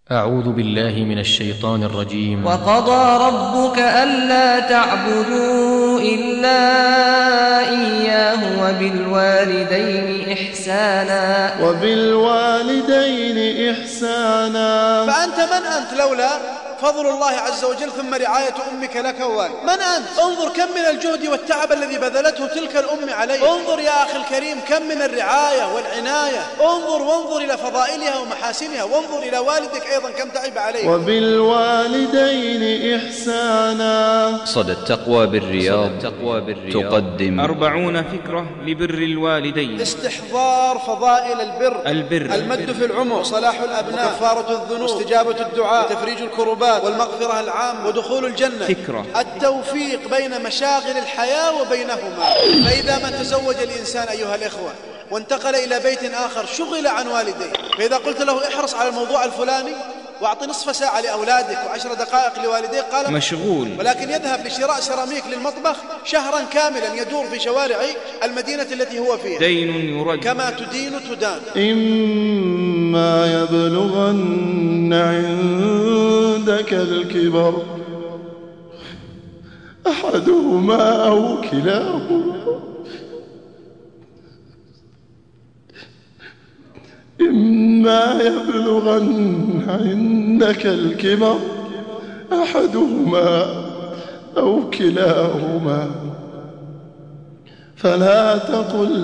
أعوذ بالله من الشيطان الرجيم. وقضى ربك ألا تعبدوا إلا إياه وبالوالدين إحسانا. فأنت من أنت لولا فضل الله عز وجل ثم رعاية أمك لك ووالد؟ من أنت؟ انظر كم من الجهد والتعب الذي بذلته تلك الأم عليك. انظر يا أخي الكريم كم من الرعاية والعناية. وانظر إلى فضائلها ومحاسنها، وانظر إلى والدك أيضا كم تعب عليك. وبالوالدين إحسانا. صدى التقوى بالرياض تقدم 40 فكرة لبر الوالدين. استحضار فضائل البر، المد في العمر، صلاح الأبناء، وكفارة الذنوب، واستجابة الدعاء، وتفريج الكربات، والمغفرة العامة، ودخول الجنة. فكرة التوفيق بين مشاغل الحياة وبينهما. فإذا ما تزوج الإنسان أيها الإخوة وانتقل إلى بيت آخر شغل عن والديه، فإذا قلت له احرص على الموضوع الفلاني واعطي نصف ساعة لأولادك و10 دقائق لوالديك، قال مشغول. ولكن يذهب لشراء سيراميك للمطبخ شهرا كاملا يدور في شوارع المدينة التي هو فيها. دين يرد. كما تدين تدان. إما يبلغن عندك الكبر أحدهما أو كلاهما إما يبلغن عندك الكبر أحدهما أو كلاهما فلا تقل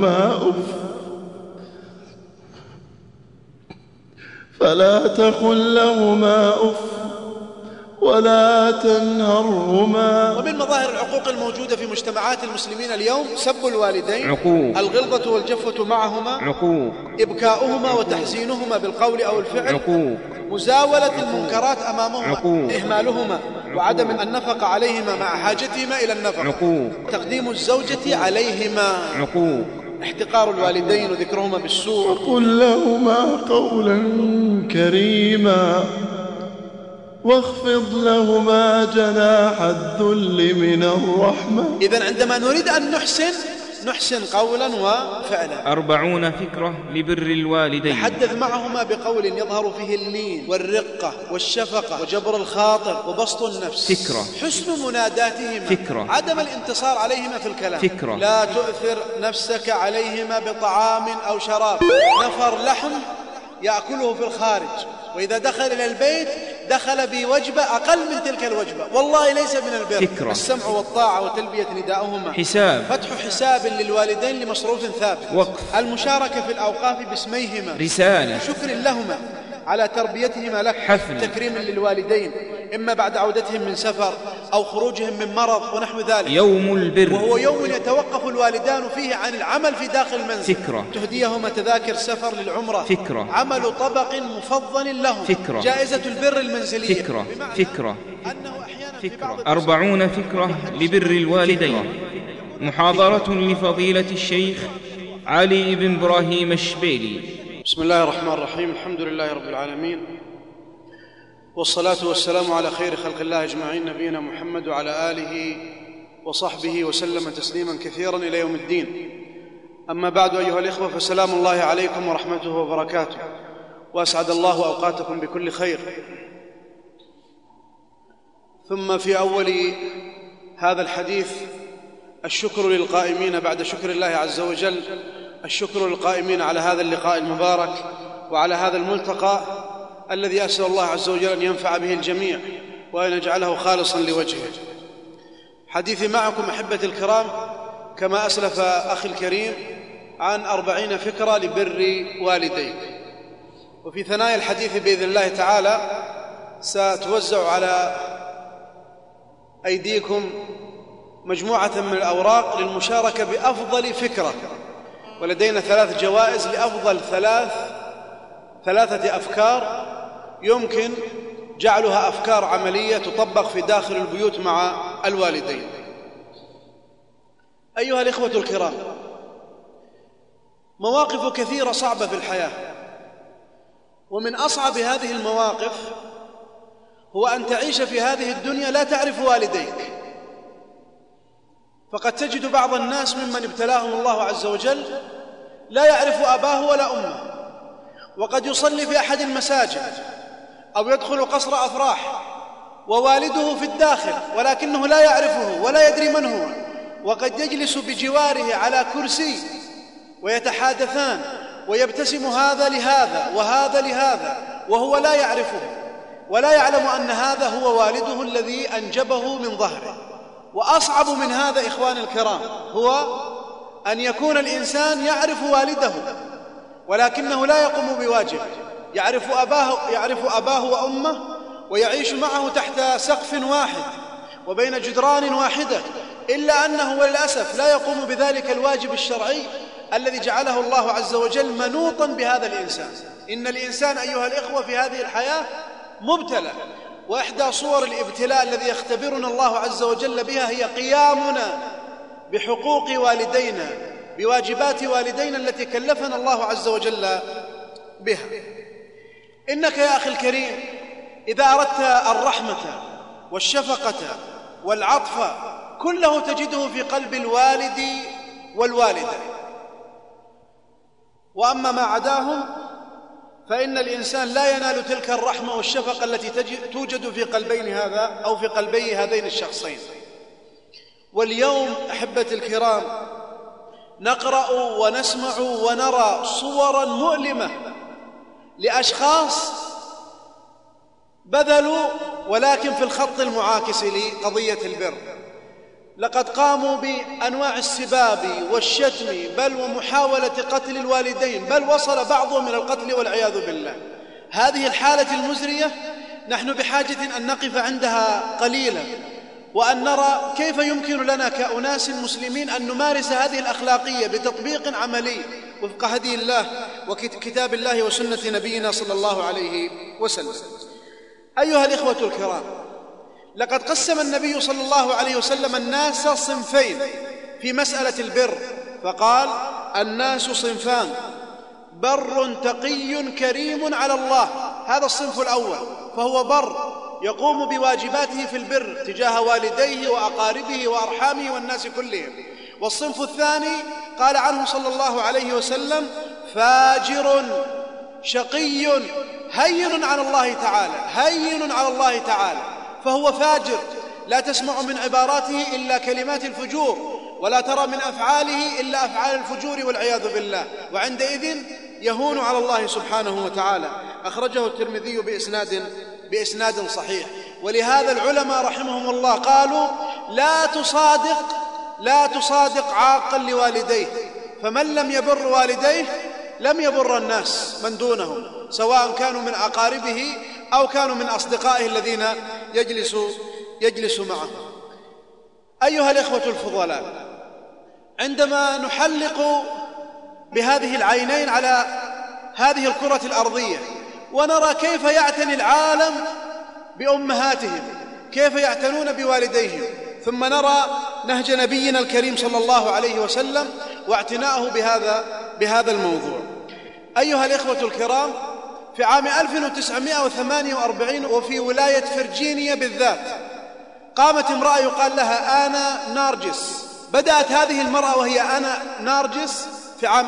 لهما أف ولا تنهرهما. ومن مظاهر العقوق الموجودة في مجتمعات المسلمين اليوم سب الوالدين، عقوق. الغلظة والجفة معهما، عقوق. إبكاؤهما وتحزينهما بالقول أو الفعل، عقوق. مزاولة المنكرات أمامهما، عقوق. إهمالهما، وعدم النفقة عليهما مع حاجتهما إلى النفقة، عقوق. تقديم الزوجة عليهما، عقوق. احتقار الوالدين وذكرهما بالسوء. وقل لهما قولا كريما واخفض لهما جناح الذل من الرحمة. إذن عندما نريد أن نحسن قولا وفعلا. 40 فكرة لبر الوالدين. تحدث معهما بقول يظهر فيه اللين والرقة والشفقة وجبر الخاطر وبسط النفس. فكرة حسن مناداتهما. فكرة عدم الانتصار عليهما في الكلام. فكرة لا تؤثر نفسك عليهما بطعام أو شراب. نفر لحم يأكله في الخارج، وإذا دخل إلى البيت دخل بوجبة أقل من تلك الوجبة، والله ليس من البر. فكرة. السمع والطاعة وتلبية نداؤهما. حساب. فتح حساب للوالدين لمصروف ثابت. وقف. المشاركة في الأوقاف باسميهما. رسالة. شكر لهما على تربيتهما لك. حفل. تكريم للوالدين إما بعد عودتهم من سفر أو خروجهم من مرض ونحو ذلك. يوم البر، وهو يوم يتوقف الوالدان فيه عن العمل في داخل المنزل. فكرة. تهديهما تذاكر سفر للعمرة. فكرة. عمل طبق مفضل لهم. فكرة. جائزة البر المنزلية. فكرة. أنه أحيانا في بعض 40 فكرة لبر الوالدين. محاضرة لفضيلة الشيخ علي بن إبراهيم الشبيلي. بسم الله الرحمن الرحيم. الحمد لله رب العالمين، والصلاة والسلام على خير خلق الله أجمعين، نبينا محمد وعلى آله وصحبه وسلم تسليما كثيرا إلى يوم الدين. أما بعد أيها الإخوة، فسلام الله عليكم ورحمته وبركاته، وأسعد الله أوقاتكم بكل خير. ثم في أول هذا الحديث الشكر للقائمين بعد شكر الله عز وجل، الشكر للقائمين على هذا اللقاء المبارك وعلى هذا الملتقى الذي أسأل الله عز وجل أن ينفع به الجميع وأن يجعله خالصا لوجهه. حديثي معكم أحبتي الكرام كما أسلف أخي الكريم عن 40 فكرة لبر والديك. وفي ثنايا الحديث بإذن الله تعالى ستوزع على أيديكم مجموعة من الأوراق للمشاركة بأفضل فكرة، ولدينا 3 جوائز لأفضل 3 أفكار يمكن جعلها أفكار عملية تطبق في داخل البيوت مع الوالدين. أيها الإخوة الكرام، مواقف كثيرة صعبة في الحياة، ومن أصعب هذه المواقف هو أن تعيش في هذه الدنيا لا تعرف والديك. فقد تجد بعض الناس ممن ابتلاهم الله عز وجل لا يعرف أباه ولا أمه، وقد يصلي في أحد المساجد أو يدخل قصر أفراح ووالده في الداخل ولكنه لا يعرفه ولا يدري من هو، وقد يجلس بجواره على كرسي ويتحادثان ويبتسم هذا لهذا وهذا لهذا وهو لا يعرفه ولا يعلم أن هذا هو والده الذي أنجبه من ظهره. وأصعب من هذا إخواني الكرام هو أن يكون الإنسان يعرف والده ولكنه لا يقوم بواجبه، يعرف أباه وأمه ويعيش معه تحت سقف واحد وبين جدران واحدة، إلا أنه وللأسف لا يقوم بذلك الواجب الشرعي الذي جعله الله عز وجل منوطا بهذا الإنسان. إن الإنسان أيها الإخوة في هذه الحياة مبتلى، وإحدى صور الابتلاء الذي يختبرنا الله عز وجل بها هي قيامنا بحقوق والدينا، بواجبات والدينا التي كلفنا الله عز وجل بها. إنك يا أخي الكريم إذا أردت الرحمة والشفقة والعطف كله تجده في قلب الوالد والوالدة، وأما ما عداهم فإن الإنسان لا ينال تلك الرحمة والشفقة التي توجد في قلبين هذا أو في قلبي هذين الشخصين. واليوم أحبتي الكرام نقرأ ونسمع ونرى صورا مؤلمة لأشخاص بذلوا ولكن في الخط المعاكس لقضية البر. لقد قاموا بأنواع السباب والشتم بل ومحاولة قتل الوالدين، بل وصل بعضهم إلى القتل والعياذ بالله. هذه الحالة المزرية نحن بحاجة أن نقف عندها قليلا وأن نرى كيف يمكن لنا كأناس مسلمين أن نمارس هذه الأخلاقية بتطبيق عملي وفق هدي الله وكتاب الله وسنة نبينا صلى الله عليه وسلم. أيها الإخوة الكرام، لقد قسم النبي صلى الله عليه وسلم الناس صنفين في مسألة البر، فقال: الناس صنفان، بر تقي كريم على الله، هذا الصنف الأول، فهو بر يقوم بواجباته في البر تجاه والديه وأقاربه وأرحامه والناس كلهم. والصنف الثاني قال عنه صلى الله عليه وسلم: فاجر شقي هين على الله تعالى، هين على الله تعالى، فهو فاجر لا تسمع من عباراته إلا كلمات الفجور ولا ترى من أفعاله إلا أفعال الفجور والعياذ بالله، وعندئذ يهون على الله سبحانه وتعالى. أخرجه الترمذي بإسناد صحيح. ولهذا العلماء رحمهم الله قالوا: لا تصادق عاقا لوالديه، فمن لم يبر والديه لم يبر الناس من دونهم، سواء كانوا من أقاربه أو كانوا من أصدقائه الذين يجلس معه. أيها الإخوة الفضلاء، عندما نحلق بهذه العينين على هذه الكرة الأرضية ونرى كيف يعتني العالم بأمهاتهم، كيف يعتنون بوالديهم، ثم نرى نهج نبينا الكريم صلى الله عليه وسلم واعتناءه بهذا الموضوع. أيها الإخوة الكرام، في عام 1948 وفي ولاية فرجينيا بالذات قامت امرأة يقال لها آنا نارجس. بدأت هذه المرأة وهي آنا نارجس في عام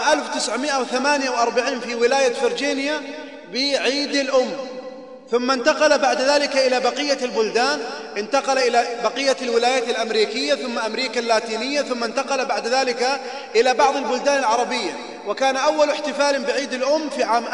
1948 في ولاية فرجينيا بعيد الأم، ثم انتقل بعد ذلك إلى بقية البلدان، انتقل إلى بقية الولايات الأمريكية ثم أمريكا اللاتينية، ثم انتقل بعد ذلك إلى بعض البلدان العربية. وكان أول احتفال بعيد الأم في عام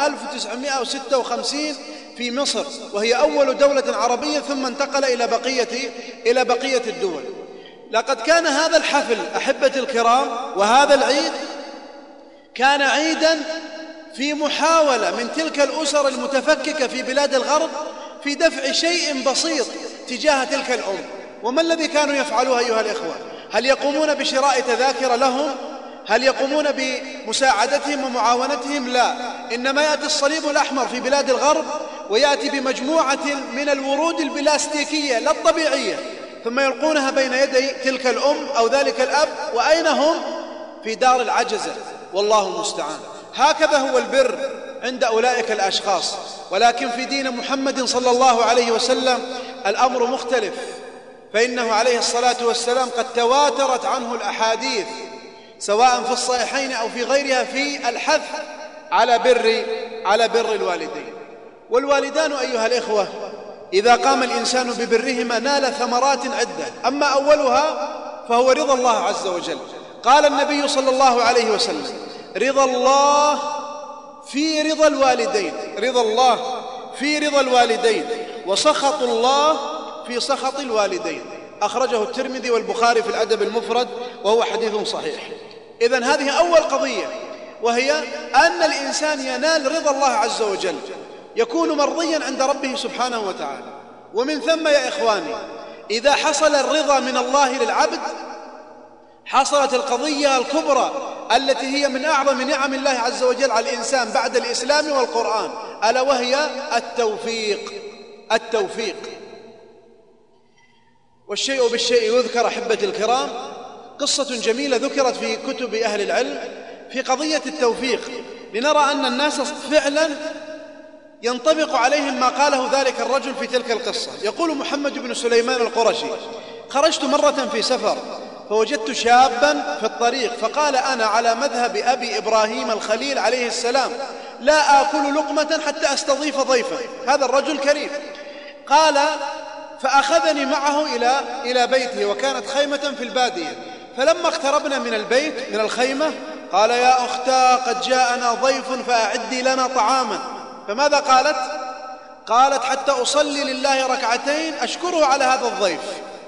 1956 في مصر، وهي أول دولة عربية، ثم انتقل إلى بقية الدول. لقد كان هذا الحفل أحبتي الكرام وهذا العيد كان عيدا في محاولة من تلك الأسر المتفككة في بلاد الغرب في دفع شيء بسيط تجاه تلك الأم. وما الذي كانوا يفعلوه أيها الإخوة؟ هل يقومون بشراء تذاكر لهم؟ هل يقومون بمساعدتهم ومعاونتهم؟ لا، إنما يأتي الصليب الأحمر في بلاد الغرب ويأتي بمجموعة من الورود البلاستيكية لا الطبيعية، ثم يلقونها بين يدي تلك الأم أو ذلك الأب، وأين هم؟ في دار العجزة، والله المستعان. هكذا هو البر عند أولئك الأشخاص. ولكن في دين محمد صلى الله عليه وسلم الأمر مختلف، فإنه عليه الصلاة والسلام قد تواترت عنه الأحاديث سواء في الصحيحين أو في غيرها في الحث على بر الوالدين. والوالدان أيها الإخوة إذا قام الإنسان ببرهما نال ثمرات عدة، أما أولها فهو رضا الله عز وجل. قال النبي صلى الله عليه وسلم: رضا الله في رضا الوالدين، رضا الله في رضا الوالدين، وسخط الله في سخط الوالدين. أخرجه الترمذي والبخاري في الأدب المفرد وهو حديث صحيح. إذن هذه أول قضية، وهي أن الإنسان ينال رضا الله عز وجل، يكون مرضيا عند ربه سبحانه وتعالى. ومن ثم يا إخواني إذا حصل الرضا من الله للعبد حصلت القضية الكبرى التي هي من أعظم نعم الله عز وجل على الإنسان بعد الإسلام والقرآن، ألا وهي التوفيق. والشيء بالشيء يذكر أحبتي الكرام. قصة جميلة ذكرت في كتب أهل العلم في قضية التوفيق، لنرى أن الناس فعلا ينطبق عليهم ما قاله ذلك الرجل في تلك القصة. يقول محمد بن سليمان القرشي: خرجت مرة في سفر فوجدت شابا في الطريق فقال: أنا على مذهب أبي إبراهيم الخليل عليه السلام، لا آكل لقمة حتى أستضيف ضيفا. هذا الرجل كريم. قال: فأخذني معه إلى بيته، وكانت خيمة في البادية. فلما اقتربنا من البيت من الخيمة قال: يا أختاه قد جاءنا ضيف فأعدي لنا طعاما. فماذا قالت؟ قالت: حتى أصلي لله ركعتين أشكره على هذا الضيف.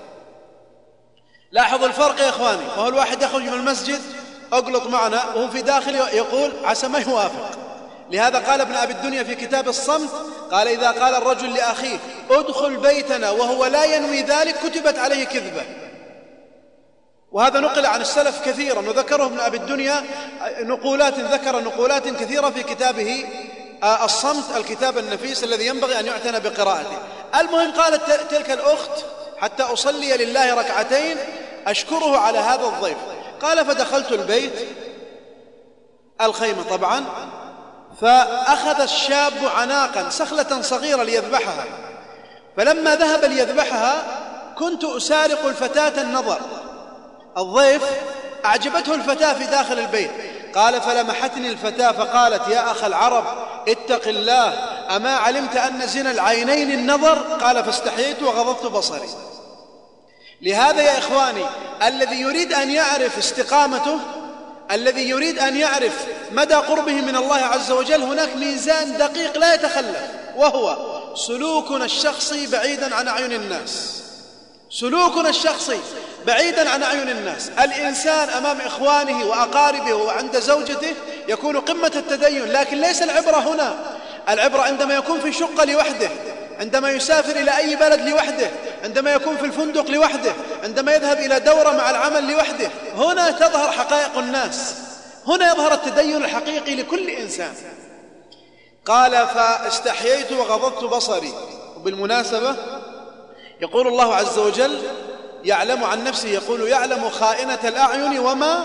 لاحظوا الفرق يا إخواني، وهو الواحد يخرج من المسجد أقلط معنا وهو في داخل يقول عسى ما يوافق. لهذا قال ابن أبي الدنيا في كتاب الصمت، قال: إذا قال الرجل لأخيه ادخل بيتنا وهو لا ينوي ذلك كتبت عليه كذبة. وهذا نقل عن السلف كثيرا، وذكره ابن أبي الدنيا ذكر نقولات كثيرة في كتابه الصمت، الكتاب النفيس الذي ينبغي أن يعتنى بقراءته. المهم قالت تلك الأخت: حتى أصلي لله ركعتين أشكره على هذا الضيف. قال: فدخلت البيت الخيمة طبعا، فأخذ الشاب عناقا سخلة صغيرة ليذبحها، فلما ذهب ليذبحها كنت أسارق الفتاة النظر. الضيف أعجبته الفتاة في داخل البيت. قال: فلمحتني الفتاة فقالت: يا أخ العرب اتق الله، أما علمت أن زنا العينين النظر؟ قال: فاستحييت وغضضت بصري. لهذا يا إخواني الذي يريد أن يعرف استقامته، الذي يريد أن يعرف مدى قربه من الله عز وجل، هناك ميزان دقيق لا يتخلف، وهو سلوكنا الشخصي بعيدا عن أعين الناس. سلوكنا الشخصي بعيدا عن أعين الناس. الإنسان أمام إخوانه وأقاربه وعند زوجته يكون قمة التدين، لكن ليس العبرة هنا. العبرة عندما يكون في شقة لوحده، عندما يسافر إلى أي بلد لوحده، عندما يكون في الفندق لوحده، عندما يذهب إلى دورة مع العمل لوحده. هنا تظهر حقائق الناس، هنا يظهر التدين الحقيقي لكل إنسان. قال: فاستحييت وغضضت بصري. وبالمناسبة يقول الله عز وجل يعلم عن نفسه، يقول: يعلم خائنة الأعين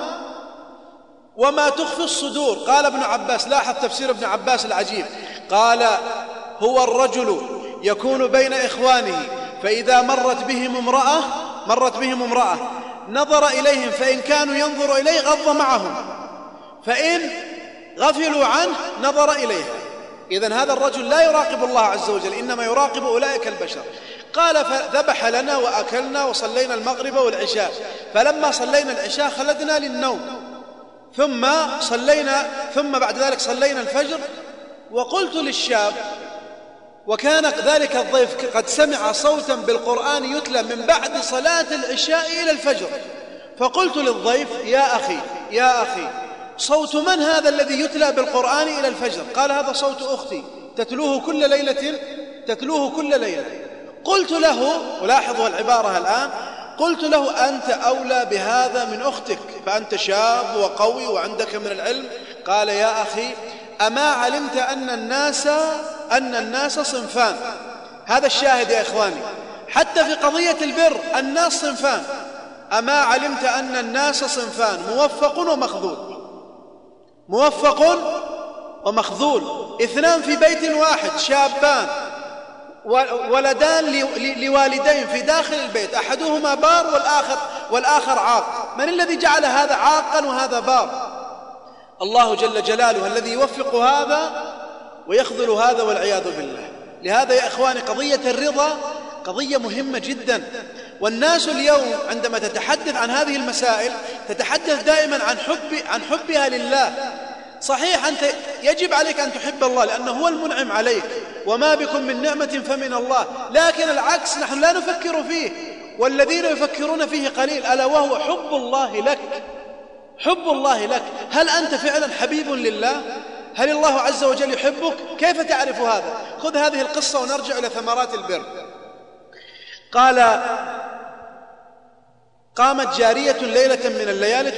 وما تخفي الصدور. قال ابن عباس، لاحظ تفسير ابن عباس العجيب، قال: هو الرجل يكون بين إخوانه فإذا مرت بهم امرأة نظر إليهم، فإن كانوا ينظر إليه غض معهم، فإن غفلوا عنه نظر إليها. إذن هذا الرجل لا يراقب الله عز وجل، إنما يراقب أولئك البشر. قال: فذبح لنا وأكلنا وصلينا المغرب والعشاء، فلما صلينا العشاء خلدنا للنوم، ثم بعد ذلك صلينا الفجر. وقلت للشاب، وكان ذلك الضيف قد سمع صوتا بالقرآن يتلى من بعد صلاة العشاء إلى الفجر، فقلت للضيف: يا أخي صوت من هذا الذي يتلى بالقرآن إلى الفجر؟ قال: هذا صوت أختي تتلوه كل ليلة. قلت له، ولاحظوا العبارة الآن، قلت له: أنت أولى بهذا من أختك، فأنت شاب وقوي وعندك من العلم. قال: يا أخي أما علمت أن الناس صنفان. هذا الشاهد يا إخواني، حتى في قضية البر الناس صنفان. أما علمت أن الناس صنفان، موفق ومخذول. اثنان في بيت واحد، شابان ولدان لوالدين في داخل البيت، أحدهما بار والآخر عاق. من الذي جعل هذا عاقا وهذا بار؟ الله جل جلاله، الذي يوفق هذا ويخذل هذا والعياذ بالله. لهذا يا إخواني قضية الرضا قضية مهمة جدا. والناس اليوم عندما تتحدث عن هذه المسائل تتحدث دائما عن حبها لله. صحيح أنت يجب عليك أن تحب الله لأنه هو المنعم عليك، وما بكم من نعمة فمن الله، لكن العكس نحن لا نفكر فيه، والذين يفكرون فيه قليل، ألا وهو حب الله لك. حب الله لك، هل أنت فعلا حبيب لله؟ هل الله عز وجل يحبك؟ كيف تعرف هذا؟ خذ هذه القصة ونرجع إلى ثمرات البر. قال: قامت جارية ليلة من الليالي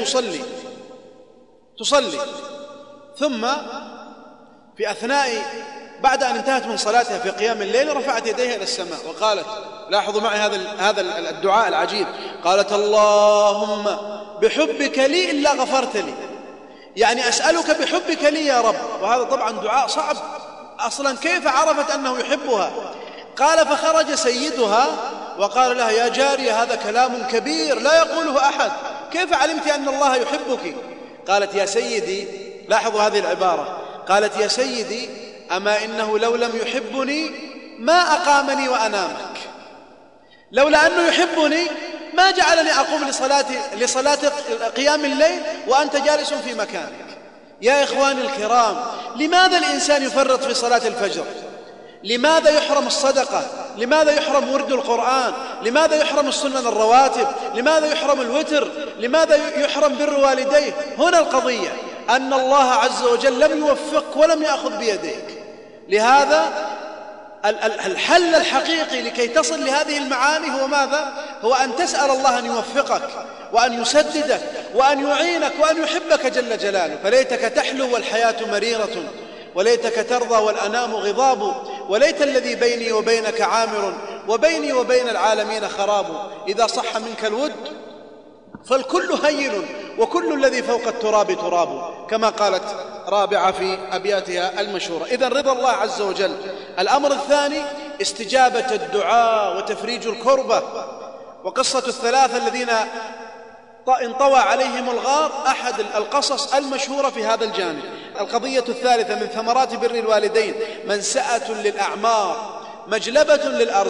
تصلي، ثم في أثناء بعد أن انتهت من صلاتها في قيام الليل رفعت يديها إلى السماء وقالت، لاحظوا معي هذا الدعاء العجيب، قالت: اللهم بحبك لي إلا غفرت لي، يعني أسألك بحبك لي يا رب. وهذا طبعا دعاء صعب أصلا، كيف عرفت أنه يحبها؟ قال: فخرج سيدها وقال لها: يا جارية هذا كلام كبير لا يقوله أحد، كيف علمت أن الله يحبك؟ قالت: يا سيدي، لاحظوا هذه العبارة، قالت: يا سيدي أما إنه لو لم يحبني ما أقامني وأنامك، لولا أنه يحبني ما جعلني أقوم لصلاة قيام الليل وأنت جالس في مكانك. يا إخواني الكرام، لماذا الإنسان يفرط في صلاة الفجر؟ لماذا يحرم الصدقة؟ لماذا يحرم ورد القرآن؟ لماذا يحرم السنن الرواتب؟ لماذا يحرم الوتر؟ لماذا يحرم بر والديه؟ هنا القضية، أن الله عز وجل لم يوفقك ولم يأخذ بيديك. لهذا الحل الحقيقي لكي تصل لهذه المعاني هو ماذا؟ هو أن تسأل الله أن يوفقك وأن يسددك وأن يعينك وأن يحبك جل جلاله. فليتك تحلو والحياة مريرة، وليتك ترضى والأنام غضاب، وليت الذي بيني وبينك عامر، وبيني وبين العالمين خراب. إذا صح منك الود فالكل هين، وكل الذي فوق التراب تراب، كما قالت رابعة في أبياتها المشهورة. إذن رضا الله عز وجل. الأمر الثاني استجابة الدعاء وتفريج الكربة. وقصة الثلاثة الذين انطوى عليهم الغار أحد القصص المشهورة في هذا الجانب. القضية الثالثة من ثمرات بر الوالدين: منسأة للأعمار، مجلبة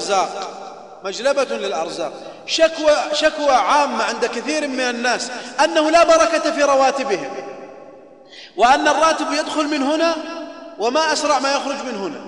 للأرزاق. شكوى عامة عند كثير من الناس أنه لا بركة في رواتبهم، وأن الراتب يدخل من هنا وما أسرع ما يخرج من هنا،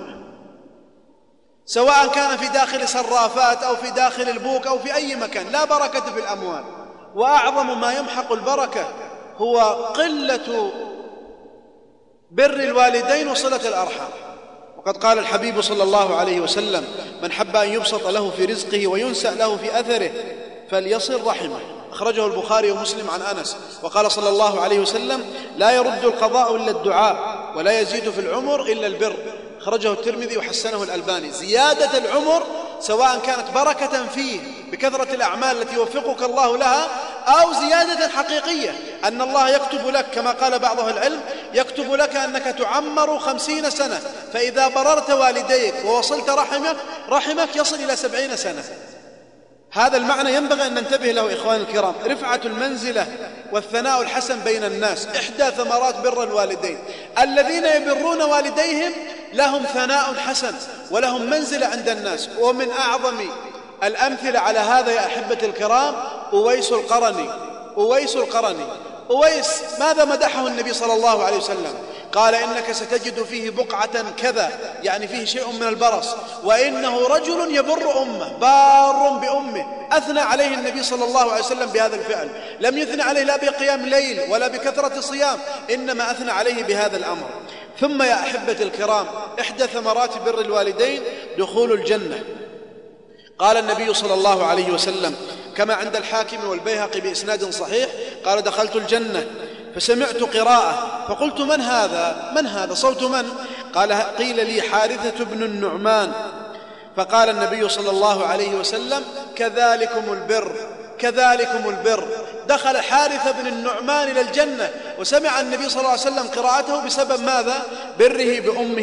سواء كان في داخل صرافات أو في داخل البوك أو في أي مكان، لا بركة في الأموال. وأعظم ما يمحق البركة هو قلة بر الوالدين وصلة الأرحام. وقد قال الحبيب صلى الله عليه وسلم: من حب أن يبسط له في رزقه وينسأ له في أثره فليصل رحمه. أخرجه البخاري ومسلم عن أنس. وقال صلى الله عليه وسلم: لا يرد القضاء إلا الدعاء، ولا يزيد في العمر إلا البر. أخرجه الترمذي وحسنه الألباني. زيادة العمر سواء كانت بركة فيه بكثرة الأعمال التي يوفقك الله لها، أو زيادة حقيقية أن الله يكتب لك، كما قال بعض أهل العلم: يكتب لك أنك تعمر 50 سنة، فإذا بررت والديك ووصلت رحمك يصل إلى 70 سنة. هذا المعنى ينبغي أن ننتبه له إخواني الكرام. رفعة المنزلة والثناء الحسن بين الناس إحدى ثمرات بر الوالدين. الذين يبرون والديهم لهم ثناء حسن ولهم منزلة عند الناس. ومن أعظم الأمثلة على هذا يا أحبة الكرام أويس القرني. أويس ماذا مدحه النبي صلى الله عليه وسلم؟ قال: إنك ستجد فيه بقعة كذا، يعني فيه شيء من البرص، وإنه رجل يبر أمه، بار بأمه. أثنى عليه النبي صلى الله عليه وسلم بهذا الفعل، لم يثنى عليه لا بقيام ليل ولا بكثرة صيام، إنما أثنى عليه بهذا الأمر. ثم يا أحبة الكرام، إحدى ثمرات بر الوالدين دخول الجنة. قال النبي صلى الله عليه وسلم كما عند الحاكم والبيهقي بإسناد صحيح: قال: دخلت الجنة فسمعت قراءة فقلت: من هذا؟ صوت من؟ قال: قيل لي حارثة بن النعمان. فقال النبي صلى الله عليه وسلم: كذلكم البر. دخل حارثة بن النعمان إلى الجنة، وسمع النبي صلى الله عليه وسلم قراءته بسبب ماذا؟ بره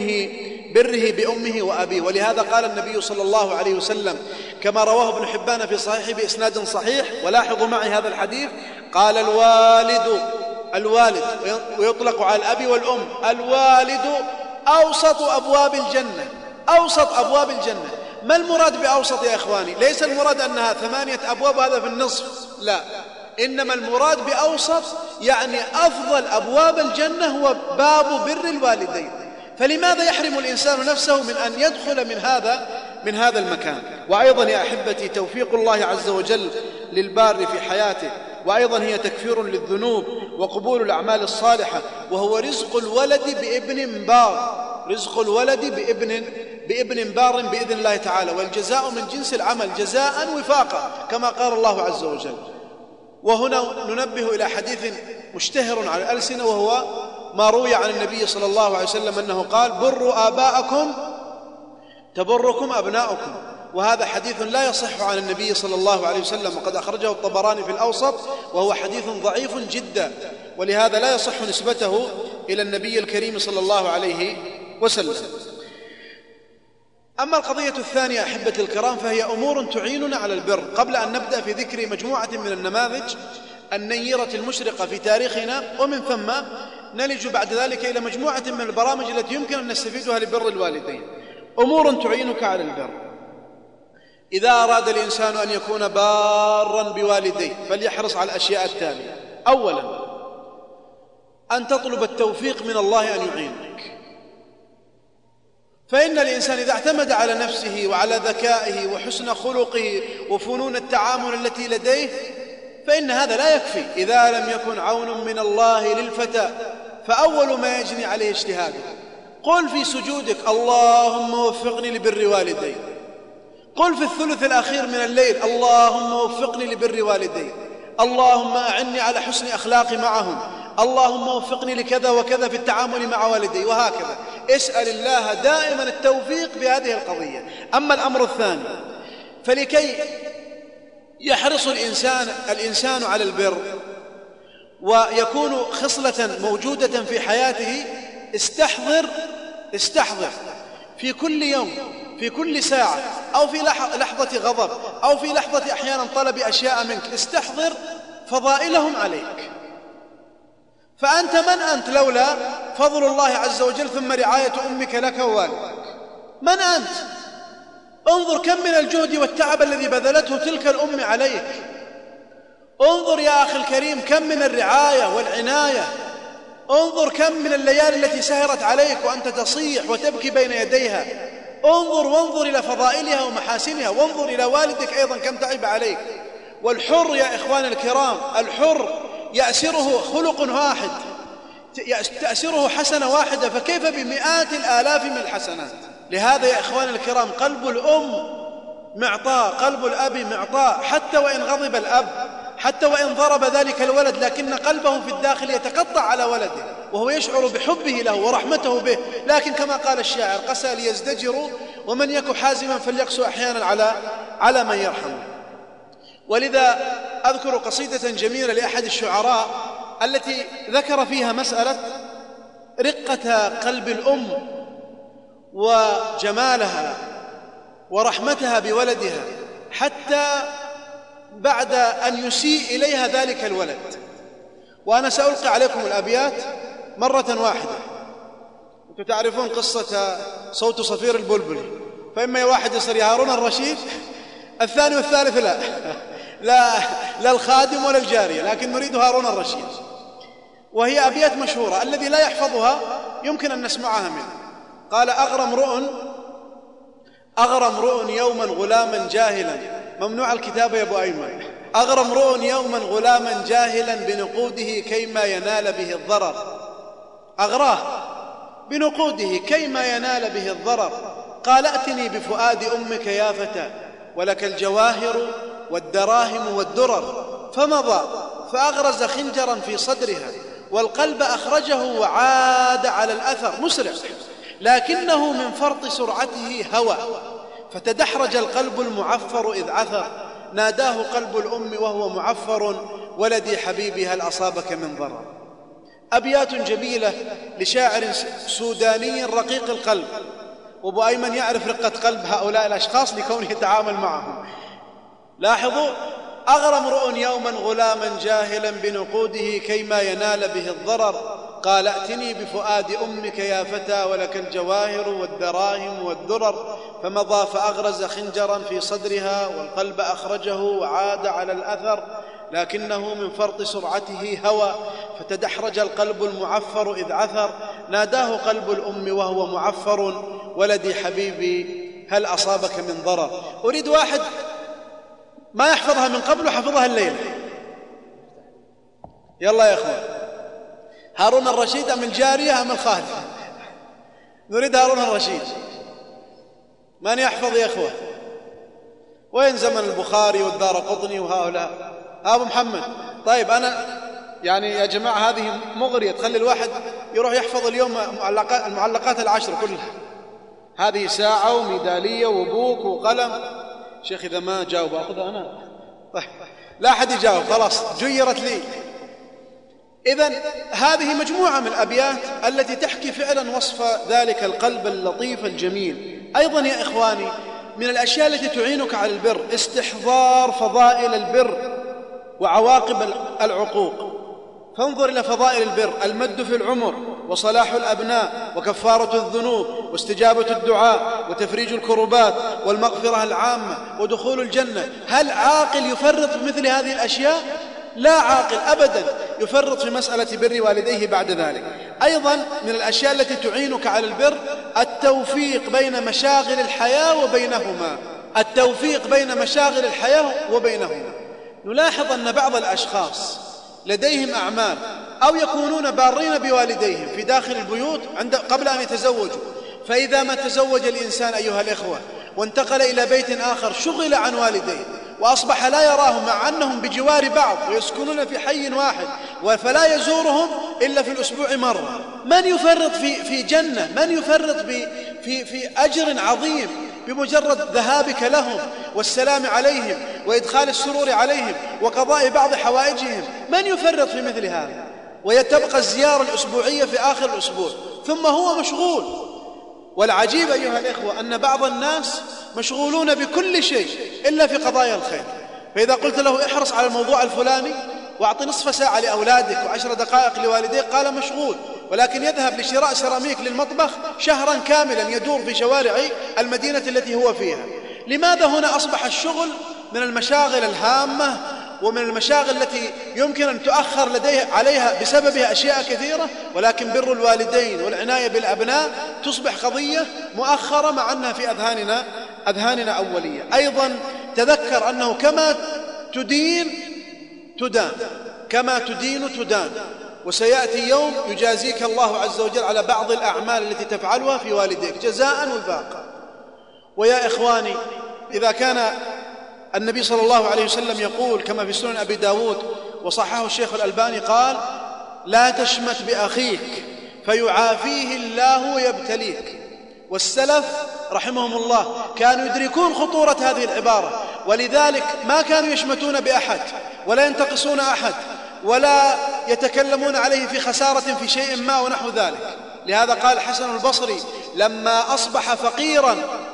بأمه وأبيه. ولهذا قال النبي صلى الله عليه وسلم كما رواه ابن حبان في صحيحه بإسناد صحيح، ولاحظوا معي هذا الحديث: قال: الوالد ويطلق على الأب والأم، الوالد أوسط أبواب الجنة، أوسط أبواب الجنة. ما المراد بأوسط يا إخواني؟ ليس المراد أنها 8 أبواب هذا في النصف، لا، إنما المراد بأوسط يعني أفضل أبواب الجنة هو باب بر الوالدين. فلماذا يحرم الإنسان نفسه من أن يدخل من هذا المكان؟ وأيضا يا أحبتي توفيق الله عز وجل للبار في حياته، وأيضا هي تكفير للذنوب وقبول الأعمال الصالحة، وهو رزق الولد بابن بار، رزق الولد بابن بار بإذن الله تعالى، والجزاء من جنس العمل جزاء وفاقا كما قال الله عز وجل. وهنا ننبه إلى حديث مشتهر على الألسنة، وهو ما روي عن النبي صلى الله عليه وسلم أنه قال: بروا آباءكم تبركم أبناؤكم. وهذا حديث لا يصح عن النبي صلى الله عليه وسلم، وقد أخرجه الطبراني في الأوسط، وهو حديث ضعيف جدا، ولهذا لا يصح نسبته إلى النبي الكريم صلى الله عليه وسلم. أما القضية الثانية أحبتي الكرام فهي أمور تعيننا على البر. قبل أن نبدأ في ذكر مجموعة من النماذج النيرة المشرقة في تاريخنا، ومن ثم نلج بعد ذلك إلى مجموعة من البرامج التي يمكن أن نستفيدها لبر الوالدين. أمور تعينك على البر. إذا أراد الإنسان أن يكون باراً بوالديه فليحرص على الأشياء التالية: أولاً أن تطلب التوفيق من الله أن يعينك، فإن الإنسان إذا اعتمد على نفسه وعلى ذكائه وحسن خلقه وفنون التعامل التي لديه فإن هذا لا يكفي إذا لم يكن عون من الله للفتى، فأول ما يجني عليه اجتهاده. قل في سجودك: اللهم وفقني لبر والدي. قل في الثلث الأخير من الليل: اللهم وفقني لبر والدي، اللهم أعني على حسن أخلاقي معهم، اللهم وفقني لكذا وكذا في التعامل مع والدي، وهكذا. اسأل الله دائما التوفيق بهذه القضية. أما الأمر الثاني، فلكي يحرص الإنسان على البر ويكون خصلة موجودة في حياته، استحضر في كل يوم، في كل ساعة، أو في لحظة غضب، أو في لحظة أحيانا طلب أشياء منك، استحضر فضائلهم عليك. فأنت من أنت لولا فضل الله عز وجل ثم رعاية أمك لك ووالدك؟ من أنت؟ انظر كم من الجهد والتعب الذي بذلته تلك الأم عليك. انظر يا أخي الكريم كم من الرعاية والعناية. انظر كم من الليالي التي سهرت عليك وأنت تصيح وتبكي بين يديها. وانظر إلى فضائلها ومحاسنها، وانظر إلى والدك أيضا كم تعب عليك. والحر يا إخوان الكرام، الحر يأسره خلق واحد، تأسره حسنة واحدة، فكيف بمئات الآلاف من الحسنات؟ لهذا يا إخوان الكرام قلب الأم معطاء، قلب الأب معطاء، حتى وإن غضب الأب، حتى وإن ضرب ذلك الولد، لكن قلبه في الداخل يتقطع على ولده وهو يشعر بحبه له ورحمته به. لكن كما قال الشاعر: قسى ليزدجروا ومن يك حازما فليقسو أحيانا على من يرحمه. ولذا أذكر قصيدة جميلة لأحد الشعراء التي ذكر فيها مسألة رقة قلب الأم وجمالها ورحمتها بولدها، حتى بعد أن يسيء إليها ذلك الولد. وأنا سألقي عليكم الأبيات مرة واحدة. أنتم تعرفون قصة صوت صفير البلبل، فإما واحد يصير يا هارون الرشيد، الثاني والثالث لا الخادم ولا الجارية، لكن نريد هارون الرشيد. وهي أبيات مشهورة، الذي لا يحفظها يمكن أن نسمعها منه. قال: أغرى امرؤ يوما غلاما جاهلا، ممنوع الكتابة يا أبو أيمن. أغرى امرؤ يوما غلاما جاهلا بنقوده كيما ينال به الضرر. أغراه بنقوده كيما ينال به الضرر. قال: ائتني بفؤاد أمك يا فتى، ولك الجواهر والدراهم والدرر. فمضى فأغرز خنجرا في صدرها، والقلب أخرجه وعاد على الأثر مسرع، لكنه من فرط سرعته هوى، فتدحرج القلب المعفر إذ عثر. ناداه قلب الأم وهو معفر: ولدي حبيبي هل أصابك من ضرر. أبيات جميلة لشاعر سوداني رقيق القلب، وأبو أيمن يعرف رقة قلب هؤلاء الأشخاص لكونه يتعامل معهم. لاحظوا: أغرى امرؤ يوما غلاما جاهلا بنقوده كيما ينال به الضرر. قال ائتني بفؤاد أمك يا فتى ولك الجواهر والدراهم والدرر، فمضى فأغرز خنجرا في صدرها والقلب أخرجه وعاد على الأثر، لكنه من فرط سرعته هوى فتدحرج القلب المعفر إذ عثر، ناداه قلب الأم وهو معفر ولدي حبيبي هل أصابك من ضرر. أريد واحد ما يحفظها من قبل وحفظها الليلة. يلا يا أخوان، هارون الرشيد أم الجارية أم الخادم؟ نريد هارون الرشيد. من يحفظ يا أخوان؟ وين زمن البخاري والدارقطني وهؤلاء؟ أبو محمد. طيب أنا يعني يا جماعة هذه مغرية، تخلي الواحد يروح يحفظ اليوم المعلقات العشر كلها. هذه ساعة وميدالية وبوك وقلم. شيخ إذا ما جاوب أخذها أنا. طيب لا أحد يجاوب، خلاص جيرت لي. إذن هذه مجموعة من الأبيات التي تحكي فعلا وصف ذلك القلب اللطيف الجميل. أيضا يا إخواني من الأشياء التي تعينك على البر استحضار فضائل البر وعواقب العقوق. فانظر إلى فضائل البر: المد في العمر، وصلاح الأبناء، وكفارة الذنوب، واستجابة الدعاء، وتفريج الكربات، والمغفرة العامة، ودخول الجنة. هل عاقل يفرط في مثل هذه الأشياء؟ لا عاقل أبدا يفرط في مسألة بر والديه بعد ذلك. أيضا من الأشياء التي تعينك على البر التوفيق بين مشاغل الحياة وبينهما. التوفيق بين مشاغل الحياة وبينهما. نلاحظ أن بعض الأشخاص لديهم أعمال أو يكونون بارين بوالديهم في داخل البيوت قبل أن يتزوجوا، فإذا ما تزوج الإنسان أيها الإخوة وانتقل إلى بيت آخر شغل عن والديه وأصبح لا يراهم مع أنهم بجوار بعض ويسكنون في حي واحد، فلا يزورهم إلا في الأسبوع مرة. من يفرط في جنة؟ من يفرط في أجر عظيم بمجرد ذهابك لهم والسلام عليهم وإدخال السرور عليهم وقضاء بعض حوائجهم؟ من يفرط في مثل هذا؟ ويتبقى الزيارة الأسبوعية في آخر الأسبوع ثم هو مشغول. والعجيب أيها الإخوة أن بعض الناس مشغولون بكل شيء إلا في قضايا الخير. فإذا قلت له احرص على الموضوع الفلاني واعطي نصف ساعة لأولادك و10 دقائق لوالديك، قال مشغول. ولكن يذهب لشراء سيراميك للمطبخ شهرا كاملا يدور في شوارع المدينة التي هو فيها. لماذا هنا أصبح الشغل من المشاغل الهامة ومن المشاغل التي يمكن أن تؤخر عليها بسببها أشياء كثيرة، ولكن بر الوالدين والعناية بالأبناء تصبح قضية مؤخرة مع أنها في أذهاننا أولية. أيضا تذكر أنه كما تدين تدان، كما تدين تدان، وسيأتي يوم يجازيك الله عز وجل على بعض الأعمال التي تفعلها في والديك جزاء وفاقا. ويا إخواني إذا كان النبي صلى الله عليه وسلم يقول كما في سنن أبي داود وصححه الشيخ الألباني قال: لا تشمت بأخيك فيعافيه الله ويبتليك. والسلف رحمهم الله كانوا يدركون خطورة هذه العبارة، ولذلك ما كانوا يشمتون بأحد ولا ينتقصون أحد ولا يتكلمون عليه في خسارة في شيء ما ونحو ذلك. لهذا قال حسن البصري لما أصبح فقيرا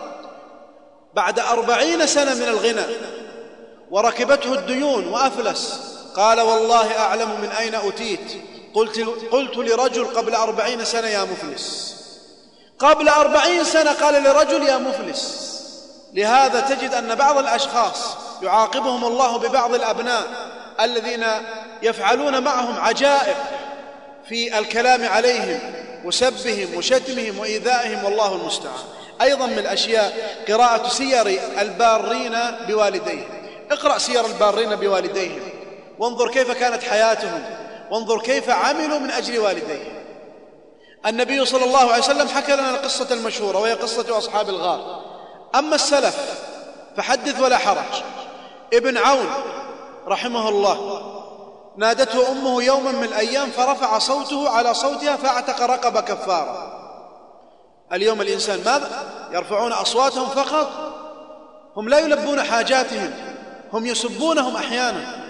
بعد 40 سنة من الغنى وركبته الديون وأفلس، قال: والله أعلم من أين أتيت. قلت لرجل قبل 40 سنة يا مفلس. قبل 40 سنة قال لرجل يا مفلس. لهذا تجد أن بعض الأشخاص يعاقبهم الله ببعض الأبناء الذين يفعلون معهم عجائب في الكلام عليهم وسبهم وشتمهم وإيذائهم، والله المستعان. أيضا من الأشياء قراءة سير البارين بوالديهم. اقرأ سير البارين بوالديهم وانظر كيف كانت حياتهم، وانظر كيف عملوا من أجل والديهم. النبي صلى الله عليه وسلم حكى لنا القصة المشهورة وهي قصة أصحاب الغار. أما السلف فحدث ولا حرج. ابن عون رحمه الله نادته أمه يوما من الأيام فرفع صوته على صوتها فاعتق رقبة كفارة. اليوم الإنسان ماذا؟ يرفعون أصواتهم فقط، هم لا يلبون حاجاتهم، هم يسبونهم أحيانا.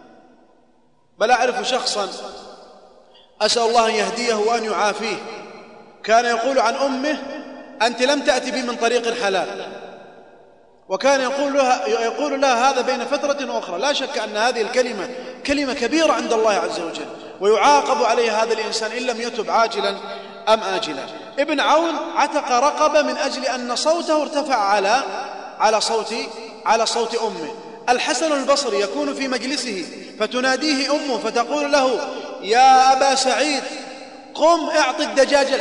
بل أعرف شخصا أسأل الله أن يهديه وأن يعافيه كان يقول عن أمه: أنت لم تأتي بي من طريق حلال، وكان يقول لها هذا بين فترة وأخرى. لا شك أن هذه الكلمة كلمة كبيرة عند الله عز وجل، ويعاقب عليه هذا الإنسان إن لم يتب عاجلا أم آجلا. ابن عون عتق رقبة من أجل أن صوته ارتفع على صوت أمه. الحسن البصري يكون في مجلسه فتناديه أمه فتقول له: يا أبا سعيد قم اعط الدجاج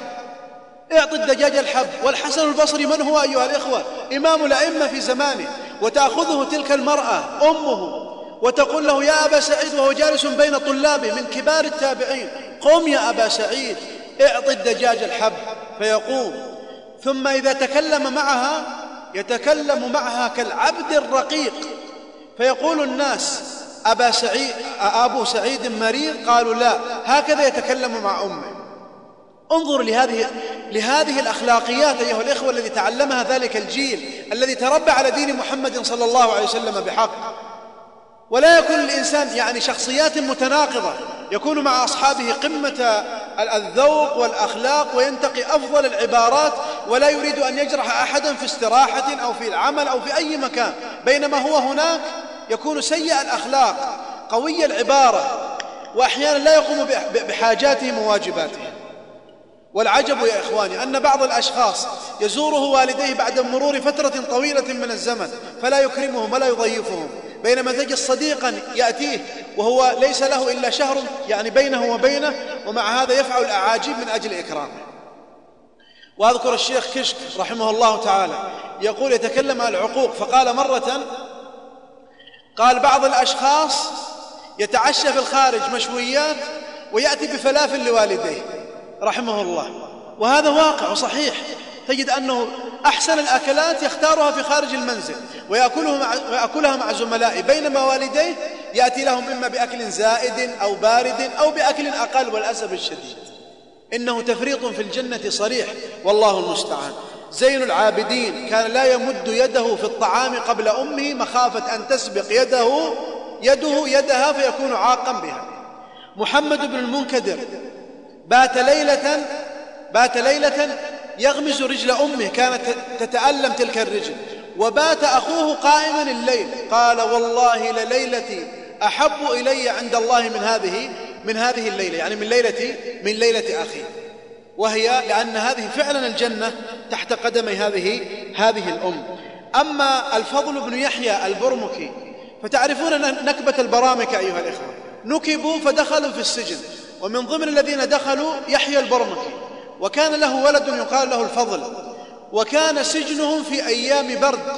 الحب. والحسن البصري من هو أيها الإخوة؟ إمام الأئمة في زمانه. وتأخذه تلك المرأة أمه وتقول له: يا أبا سعيد، وهو جالس بين طلابه من كبار التابعين: قم يا أبا سعيد اعط الدجاج الحب. فيقوم، ثم إذا تكلم معها يتكلم معها كالعبد الرقيق. فيقول الناس: أبو سعيد مريض؟ قالوا: لا، هكذا يتكلم مع أمه. انظر لهذه الأخلاقيات أيها الإخوة الذي تعلمها ذلك الجيل الذي تربى على دين محمد صلى الله عليه وسلم بحق. ولا يكون الإنسان شخصيات متناقضة، يكون مع أصحابه قمة الذوق والأخلاق وينتقي أفضل العبارات، ولا يريد أن يجرح أحدا في استراحة أو في العمل أو في أي مكان، بينما هو هناك يكون سيء الأخلاق قوي العبارة، وأحيانا لا يقوم بحاجاتهم وواجباتهم. والعجب يا إخواني أن بعض الأشخاص يزوره والديه بعد مرور فترة طويلة من الزمن فلا يكرمهم ولا يضيفهم، بينما تجد صديقا يأتيه وهو ليس له إلا شهر بينه وبينه، ومع هذا يفعل الأعاجيب من أجل إكرامه. وأذكر الشيخ كشك رحمه الله تعالى يقول يتكلم عن العقوق، فقال مرة بعض الأشخاص يتعشى في الخارج مشويات ويأتي بفلافل لوالديه رحمه الله، وهذا واقع وصحيح. تجد أنه أحسن الأكلات يختارها في خارج المنزل ويأكلها مع زملائه، بينما والديه يأتي لهم إما بأكل زائد أو بارد أو بأكل أقل. والأسف الشديد إنه تفريط في الجنة صريح، والله المستعان. زين العابدين كان لا يمد يده في الطعام قبل أمه مخافة أن تسبق يدها فيكون عاقا بها. محمد بن المنكدر بات ليلة يغمز رجل أمه، كانت تتألم تلك الرجل، وبات أخوه قائما الليل، قال: والله لليلتي أحب إلي عند الله من هذه الليلة، من ليلة أخي. وهي لأن هذه فعلا الجنة تحت قدمي هذه الأم. أما الفضل بن يحيى البرمكي فتعرفون نكبة البرامكة أيها الإخوة، نكبوا فدخلوا في السجن، ومن ضمن الذين دخلوا يحيى البرمكي، وكان له ولد يقال له الفضل، وكان سجنهم في أيام برد،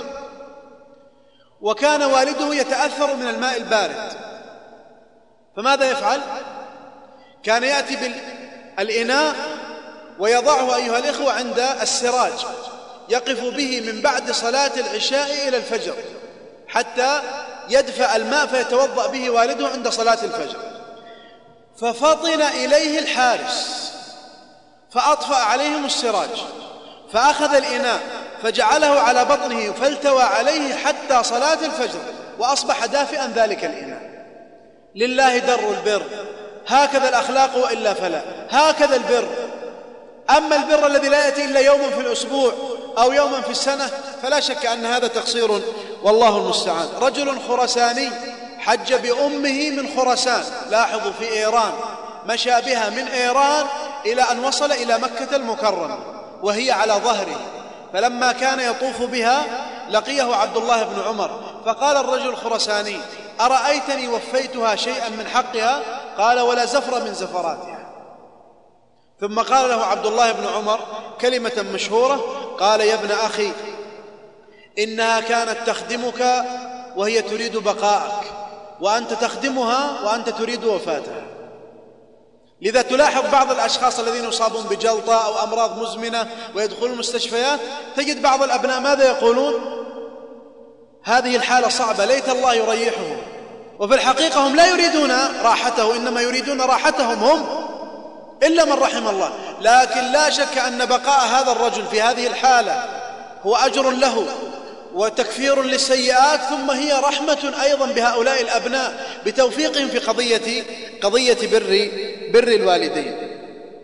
وكان والده يتأثر من الماء البارد، فماذا يفعل؟ كان يأتي بالإناء ويضعه أيها الإخوة عند السراج، يقف به من بعد صلاة العشاء إلى الفجر حتى يدفع الماء فيتوضأ به والده عند صلاة الفجر. ففطن إليه الحارس فأطفأ عليهم السراج، فأخذ الإناء فجعله على بطنه فالتوى عليه حتى صلاة الفجر، وأصبح دافئا ذلك الإناء. لله در البر، هكذا الأخلاق وإلا فلا، هكذا البر. أما البر الذي لا يأتي إلا يوما في الأسبوع أو يوما في السنة فلا شك أن هذا تقصير، والله المستعان. رجل خرساني حج بأمه من خراسان، لاحظوا في إيران، مشى بها من إيران إلى أن وصل إلى مكة المكرمة وهي على ظهره، فلما كان يطوف بها لقيه عبد الله بن عمر، فقال الرجل الخرساني: أرأيتني وفيتها شيئا من حقها؟ قال: ولا زفر من زفراتها. ثم قال له عبد الله بن عمر كلمة مشهورة، قال: يا ابن أخي، إنها كانت تخدمك وهي تريد بقاءك، وأنت تخدمها وأنت تريد وفاتها. لذا تلاحظ بعض الأشخاص الذين يصابون بجلطة أو أمراض مزمنة ويدخلون المستشفيات، تجد بعض الأبناء ماذا يقولون؟ هذه الحالة صعبة، ليت الله يريحهم. وفي الحقيقة هم لا يريدون راحته، إنما يريدون راحتهم هم، إلا من رحم الله. لكن لا شك أن بقاء هذا الرجل في هذه الحالة هو أجر له وتكفير للسيئات، ثم هي رحمة أيضا بهؤلاء الأبناء بتوفيقهم في قضية بر الوالدين.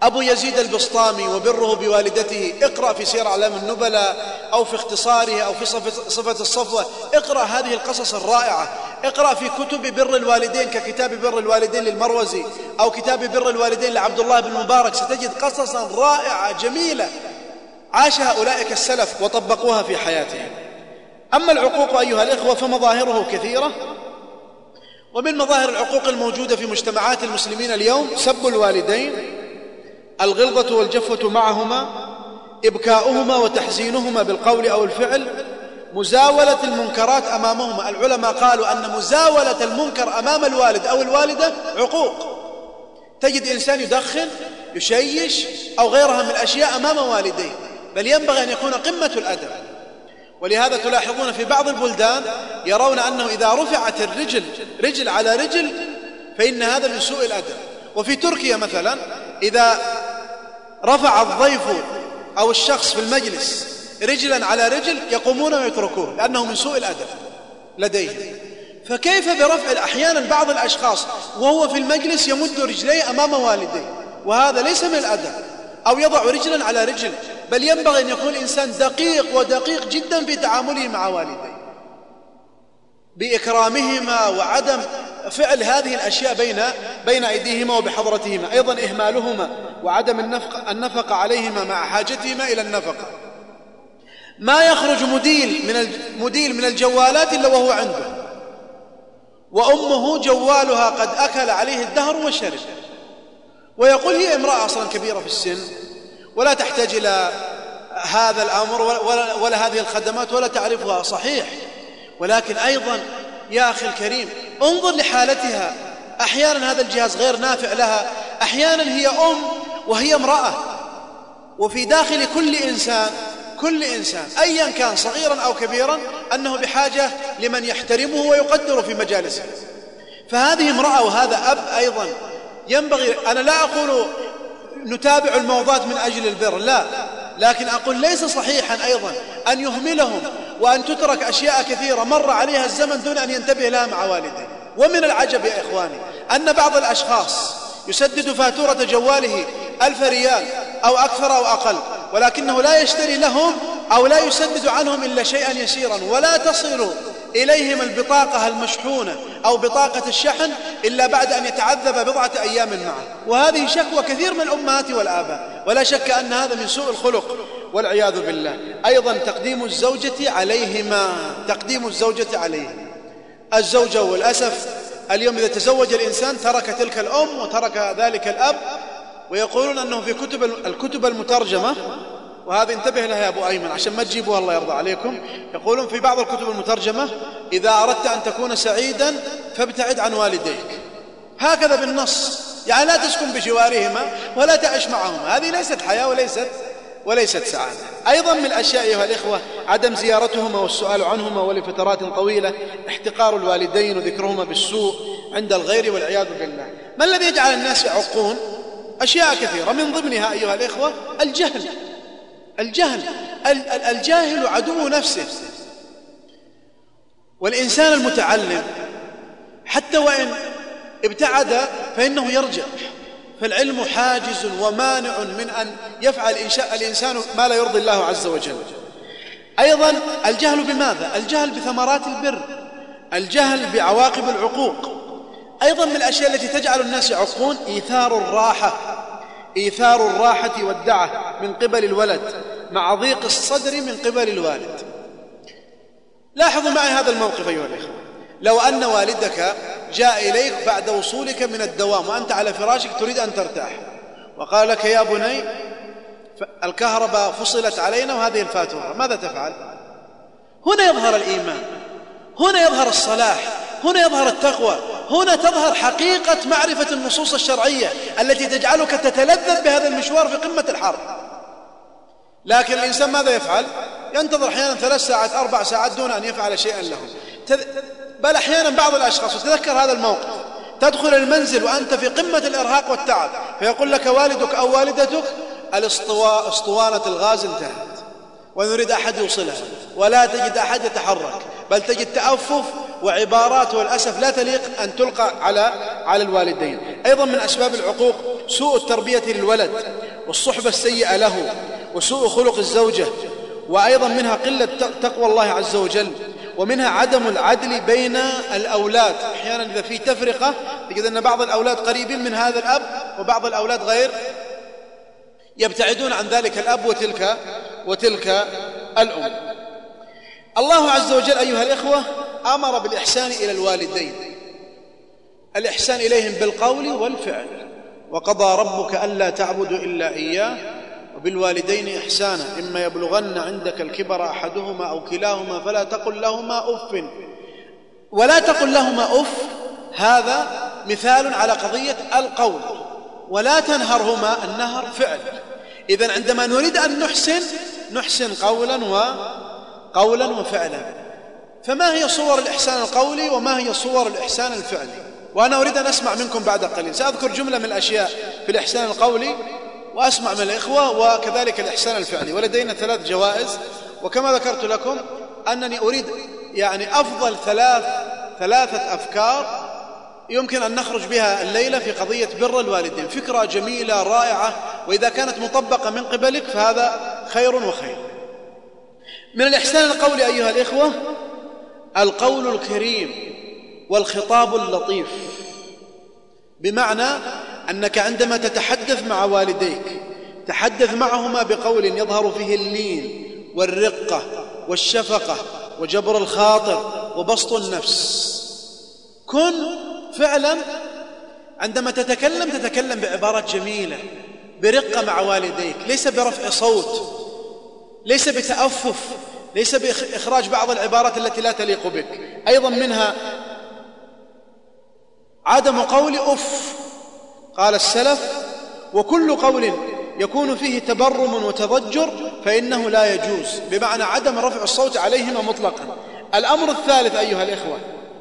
أبو يزيد البسطامي وبره بوالدته، اقرأ في سير أعلام النبلاء أو في اختصاره أو في صفة الصفوة، اقرأ هذه القصص الرائعة، اقرأ في كتب بر الوالدين ككتاب بر الوالدين للمروزي أو كتاب بر الوالدين لعبد الله بن مبارك، ستجد قصصا رائعة جميلة عاشها أولئك السلف وطبقوها في حياتهم. أما العقوق أيها الإخوة فمظاهره كثيرة، ومن مظاهر العقوق الموجودة في مجتمعات المسلمين اليوم سب الوالدين، الغلظة والجفوة معهما، إبكاؤهما وتحزينهما بالقول أو الفعل، مزاولة المنكرات أمامهما. العلماء قالوا أن مزاولة المنكر أمام الوالد أو الوالدة عقوق. تجد إنسان يدخن، يشيش أو غيرها من الأشياء أمام والديه، بل ينبغي أن يكون قمة الأدب. ولهذا تلاحظون في بعض البلدان يرون أنه إذا رفعت الرجل رجل على رجل فإن هذا من سوء الأدب. وفي تركيا مثلا إذا رفع الضيف أو الشخص في المجلس رجلا على رجل يقومون ويتركوه لأنه من سوء الأدب لديهم. فكيف برفع أحيانا بعض الأشخاص وهو في المجلس يمد رجليه أمام والديه، وهذا ليس من الأدب، أو يضع رجلا على رجل، بل ينبغي أن يكون الإنسان دقيق جدا في تعامله مع والديه بإكرامهما وعدم فعل هذه الأشياء بين أيديهما وبحضرتهما. أيضا إهمالهما وعدم النفقة عليهما مع حاجتهما إلى النفقة. ما يخرج مديل من الجوالات إلا وهو عنده، وأمه جوالها قد أكل عليه الدهر وشرب، ويقول هي امرأة أصلا كبيرة في السن ولا تحتاج إلى هذا الأمر ولا هذه الخدمات ولا تعرفها، صحيح، ولكن أيضا يا أخي الكريم انظر لحالتها. أحيانا هذا الجهاز غير نافع لها، أحيانا هي أم وهي امرأة. وفي داخل كل إنسان أيا كان صغيرا أو كبيرا أنه بحاجة لمن يحترمه ويقدره في مجالسه. فهذه امرأة وهذا أب أيضا. ينبغي، أنا لا أقول نتابع الموضات من أجل البر، لا، لكن أقول ليس صحيحا أيضا أن يهملهم وأن تترك أشياء كثيرة مر عليها الزمن دون أن ينتبه لها مع والده. ومن العجب يا إخواني أن بعض الأشخاص يسدد فاتورة جواله 1000 ريال أو أكثر أو أقل، ولكنه لا يشتري لهم أو لا يسدد عنهم إلا شيئا يسيرا، ولا تصل إليهم البطاقة المشحونة أو بطاقة الشحن إلا بعد أن يتعذب بضعة أيام معه. وهذه شكوى كثير من الأمهات والآباء، ولا شك أن هذا من سوء الخلق والعياذ بالله. أيضا تقديم الزوجة عليهما، الزوجة والأسف اليوم إذا تزوج الإنسان ترك تلك الأم وترك ذلك الأب، ويقولون أنه في الكتب المترجمة، وهذا انتبه لها يا أبو أيمن عشان ما تجيبوها الله يرضى عليكم، يقولون في بعض الكتب المترجمة إذا أردت أن تكون سعيدا فابتعد عن والديك، هكذا بالنص، يعني لا تسكن بجوارهما ولا تعيش معهم. هذه ليست حياة وليست سعادة. أيضا من الأشياء أيها الإخوة عدم زيارتهما والسؤال عنهما ولفترات طويلة، احتقار الوالدين وذكرهما بالسوء عند الغير والعياذ بالله. ما الذي يجعل الناس يعقون؟ أشياء كثيرة، من ضمنها أيها الإخوة الجاهل عدو نفسه. والإنسان المتعلم حتى وإن ابتعد فإنه يرجع، فالعلم حاجز ومانع من أن يفعل الإنسان ما لا يرضي الله عز وجل. أيضا الجهل بماذا؟ الجهل بثمرات البر، الجهل بعواقب العقوق. أيضا من الأشياء التي تجعل الناس يعقون إيثار الراحة والدعة من قبل الولد مع ضيق الصدر من قبل الوالد. لاحظوا معي هذا الموقف أيها الأخوة. لو أن والدك جاء إليك بعد وصولك من الدوام وأنت على فراشك تريد أن ترتاح، وقال لك يا بني الكهرباء فصلت علينا وهذه الفاتورة، ماذا تفعل؟ هنا يظهر الإيمان، هنا يظهر الصلاح، هنا يظهر التقوى، هنا تظهر حقيقة معرفة النصوص الشرعية التي تجعلك تتلذذ بهذا المشوار في قمة الحر. لكن الإنسان ماذا يفعل؟ ينتظر أحيانا 3 ساعات 4 ساعات دون أن يفعل شيئا له. بل أحيانا بعض الأشخاص وتذكر هذا الموقف، تدخل المنزل وأنت في قمة الإرهاق والتعب، فيقول لك والدك أو والدتك اسطوانة الغاز انتهت ونريد أحد يوصلها، ولا تجد أحد يتحرك، بل تجد تأفف وعبارات والأسف لا تليق أن تلقى على الوالدين. أيضا من أسباب العقوق سوء التربية للولد والصحبة السيئة له وسوء خلق الزوجة، وأيضا منها قلة تقوى الله عز وجل، ومنها عدم العدل بين الأولاد. أحيانا إذا في تفرقة تجد أن بعض الأولاد قريبين من هذا الأب وبعض الأولاد غير يبتعدون عن ذلك الأب وتلك الأم. الله عز وجل أيها الإخوة أمر بالإحسان إلى الوالدين، الإحسان إليهم بالقول والفعل. وقضى ربك ألا تعبدوا إلا إياه وبالوالدين إحسانا إما يبلغن عندك الكبر أحدهما أو كلاهما فلا تقل لهما أف. ولا تقل لهما أف هذا مثال على قضية القول، ولا تنهرهما النهر فعل. إذن عندما نريد أن نحسن قولا وفعلا. فما هي صور الإحسان القولي وما هي صور الإحسان الفعلي؟ وأنا أريد أن أسمع منكم بعد قليل. سأذكر جملة من الأشياء في الإحسان القولي وأسمع من الإخوة، وكذلك الإحسان الفعلي. ولدينا 3 جوائز، وكما ذكرت لكم أنني أريد أفضل 3 أفكار يمكن أن نخرج بها الليلة في قضية بر الوالدين. فكرة جميلة رائعة، وإذا كانت مطبقة من قبلك فهذا خير وخير. من الإحسان القولي أيها الإخوة القول الكريم والخطاب اللطيف، بمعنى أنك عندما تتحدث مع والديك تحدث معهما بقول يظهر فيه اللين والرقة والشفقة وجبر الخاطر وبسط النفس. كن فعلا عندما تتكلم بعبارات جميلة برقة مع والديك، ليس برفع صوت، ليس بتأفف، ليس بإخراج بعض العبارات التي لا تليق بك. أيضا منها عدم قول أف. قال السلف وكل قول يكون فيه تبرم وتضجر فإنه لا يجوز، بمعنى عدم رفع الصوت عليهما مطلقا. الأمر الثالث أيها الإخوة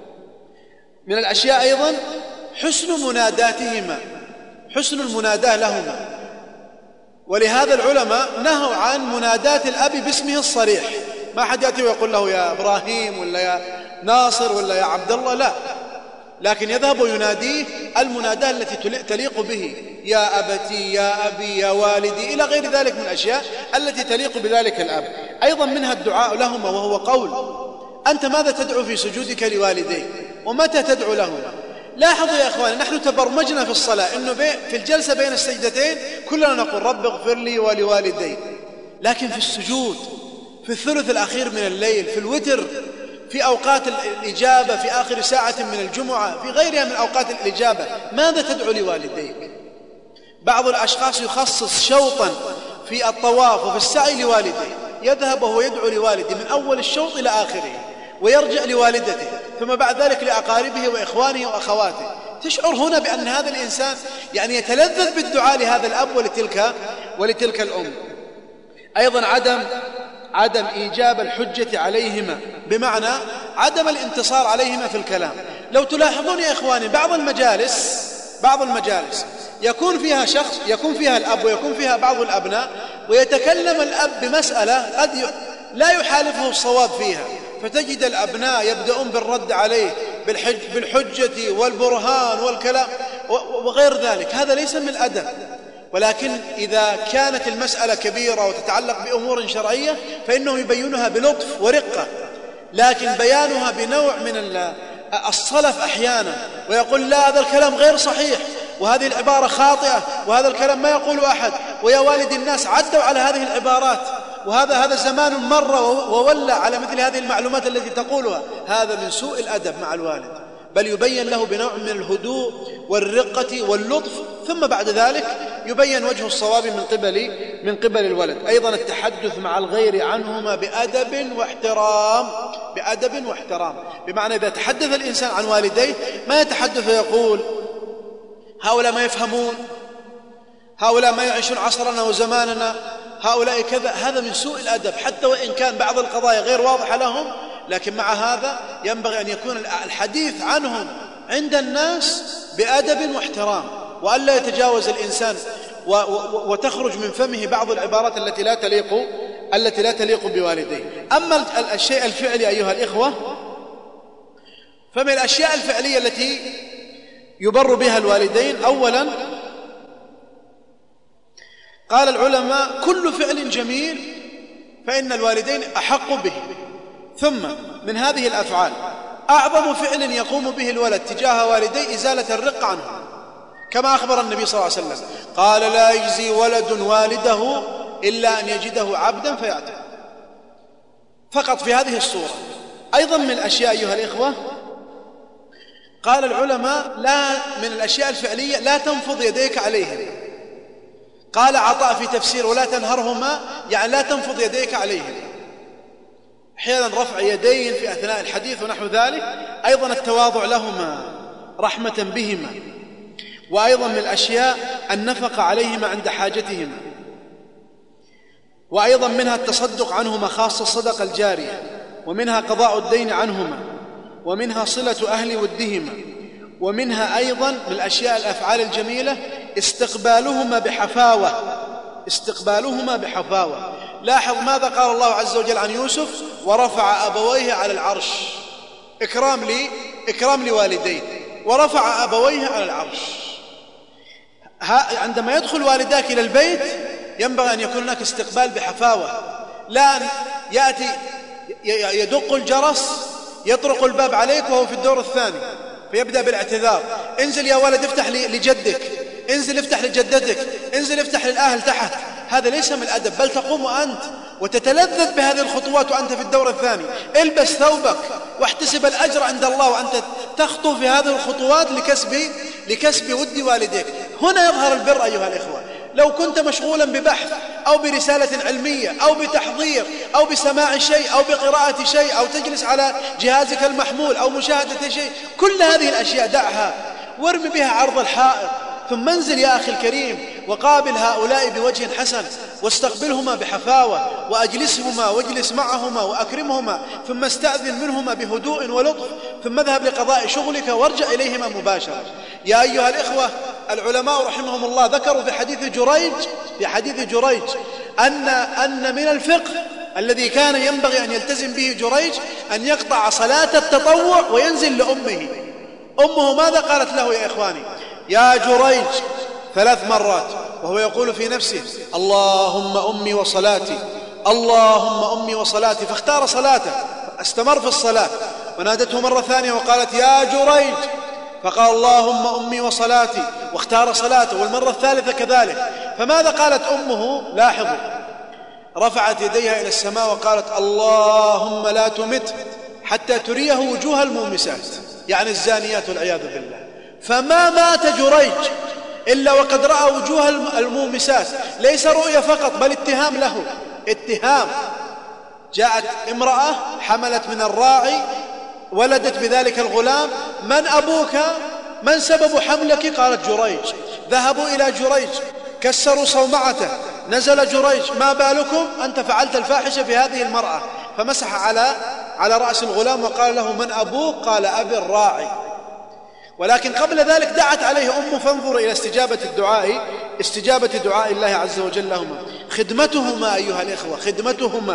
من الأشياء أيضا حسن مناداتهما، حسن المناداة لهما. ولهذا العلماء نهوا عن منادات الأب باسمه الصريح، ما حد يأتي ويقول له يا إبراهيم ولا يا ناصر ولا يا عبد الله، لا، لكن يذهب ويناديه المناداة التي تليق به، يا أبتي يا أبي يا والدي إلى غير ذلك من الأشياء التي تليق بذلك الأب. أيضا منها الدعاء لهما، وهو قول. أنت ماذا تدعو في سجودك لوالديك ومتى تدعو لهما؟ لاحظوا يا إخواني نحن تبرمجنا في الصلاة أنه في الجلسة بين السجدتين كلنا نقول رب اغفر لي ولوالدي، لكن في السجود في الثلث الأخير من الليل في الوتر في أوقات الإجابة في آخر ساعة من الجمعة في غيرها من أوقات الإجابة ماذا تدعو لوالديك؟ بعض الأشخاص يخصص شوطا في الطواف وفي السعي لوالديه، يذهب وهو يدعو لوالده من أول الشوط إلى آخره، ويرجع لوالدته ثم بعد ذلك لأقاربه وإخوانه وأخواته. تشعر هنا بأن هذا الإنسان يتلذذ بالدعاء لهذا الأب ولتلك الأم. أيضا عدم إيجاب الحجة عليهما، بمعنى عدم الانتصار عليهما في الكلام. لو تلاحظون يا إخواني بعض المجالس يكون فيها الأب ويكون فيها بعض الأبناء، ويتكلم الأب بمسألة قد لا يحالفه الصواب فيها، فتجد الأبناء يبدأون بالرد عليه بالحجة والبرهان والكلام وغير ذلك. هذا ليس من الأدب، ولكن إذا كانت المسألة كبيرة وتتعلق بأمور شرعية فإنه يبينها بلطف ورقة، لكن بيانها بنوع من الصلف أحيانا، ويقول لا هذا الكلام غير صحيح وهذه العبارة خاطئة وهذا الكلام ما يقول أحد، ويا والد الناس عدوا على هذه العبارات، وهذا زمان مر وولى على مثل هذه المعلومات التي تقولها. هذا من سوء الأدب مع الوالد، بل يبين له بنوع من الهدوء والرقة واللطف، ثم بعد ذلك يبين وجه الصواب من قبل الولد. أيضا التحدث مع الغير عنهما بأدب واحترام، بمعنى إذا تحدث الإنسان عن والديه ما يتحدث ويقول هؤلاء ما يفهمون، هؤلاء ما يعيشون عصرنا وزماننا، هؤلاء كذا. هذا من سوء الأدب، حتى وإن كان بعض القضايا غير واضحة لهم، لكن مع هذا ينبغي أن يكون الحديث عنهم عند الناس بأدب واحترام، وألا يتجاوز الإنسان وتخرج من فمه بعض العبارات التي لا تليق بوالديه. أما الشيء الفعلي أيها الإخوة، فمن الأشياء الفعلية التي يبر بها الوالدين. أولا قال العلماء كل فعل جميل فإن الوالدين أحق به. ثم من هذه الأفعال أعظم فعل يقوم به الولد تجاه والديه إزالة الرق عنه، كما أخبر النبي صلى الله عليه وسلم قال لا يجزي ولد والده إلا أن يجده عبدا فيعتق، فقط في هذه الصورة. أيضا من الأشياء أيها الإخوة قال العلماء لا من الأشياء الفعلية لا تنفض يديك عليهم. قال عطاء في تفسير ولا تنهرهما، يعني لا تنفض يديك عليهم، أحيانا رفع يدين في أثناء الحديث ونحو ذلك. أيضا التواضع لهما رحمة بهما. وأيضا من الأشياء النفقة عليهما عند حاجتهما. وأيضا منها التصدق عنهما خاصة الصدقة الجارية، ومنها قضاء الدين عنهما، ومنها صلة أهل ودهما، ومنها أيضا من الأشياء الأفعال الجميلة استقبالهما بحفاوة. استقبالهما بحفاوة. لاحظ ماذا قال الله عز وجل عن يوسف ورفع أبويه على العرش، إكرام لوالديه، ورفع أبويه على العرش. عندما يدخل والداك إلى البيت ينبغي أن يكون هناك استقبال بحفاوة، لا أن يأتي يدق الجرس يطرق الباب عليك وهو في الدور الثاني فيبدأ بالاعتذار، انزل يا ولد افتح لجدك، انزل افتح لجدتك، انزل افتح للأهل تحت. هذا ليس من الأدب، بل تقوم أنت وتتلذذ بهذه الخطوات وأنت في الدور الثاني. البس ثوبك واحتسب الأجر عند الله وأنت تخطو في هذه الخطوات لكسب ود والديك. هنا يظهر البر أيها الإخوة. لو كنت مشغولا ببحث أو برسالة علمية أو بتحضير أو بسماع شيء أو بقراءة شيء أو تجلس على جهازك المحمول أو مشاهدة شيء، كل هذه الأشياء دعها وارمي بها عرض الحائط، ثم انزل يا أخي الكريم وقابل هؤلاء بوجه حسن واستقبلهما بحفاوة وأجلسهما واجلس معهما وأكرمهما، ثم استأذن منهما بهدوء ولطف، ثم اذهب لقضاء شغلك وارجع إليهما مباشرة. يا أيها الإخوة العلماء رحمهم الله ذكروا في حديث جريج أن من الفقه الذي كان ينبغي أن يلتزم به جريج أن يقطع صلاة التطوع وينزل لأمه. أمه ماذا قالت له يا إخواني؟ يا جريج 3 مرات وهو يقول في نفسه اللهم أمي وصلاتي، اللهم أمي وصلاتي، فاختار صلاته استمر في الصلاة. ونادته مرة ثانية وقالت يا جريج، فقال اللهم أمي وصلاتي واختار صلاته، والمرة الثالثة كذلك. فماذا قالت أمه؟ لاحظوا، رفعت يديها إلى السماء وقالت اللهم لا تمت حتى تريه وجوه المومسات، يعني الزانيات والعياذ بالله. فما مات جريج إلا وقد رأى وجوه المومسات، ليس رؤية فقط بل اتهام له، اتهام. جاءت امرأة حملت من الراعي ولدت بذلك الغلام، من أبوك؟ من سبب حملك؟ قالت جريج. ذهبوا إلى جريج كسروا صومعته، نزل جريج ما بالكم أنت فعلت الفاحشة في هذه المرأة، فمسح على رأس الغلام وقال له من أبوك؟ قال أبي الراعي. ولكن قبل ذلك دعت عليه أمه، فانظر إلى استجابة دعاء الله عز وجل لهما. خدمتهما أيها الإخوة، خدمتهما،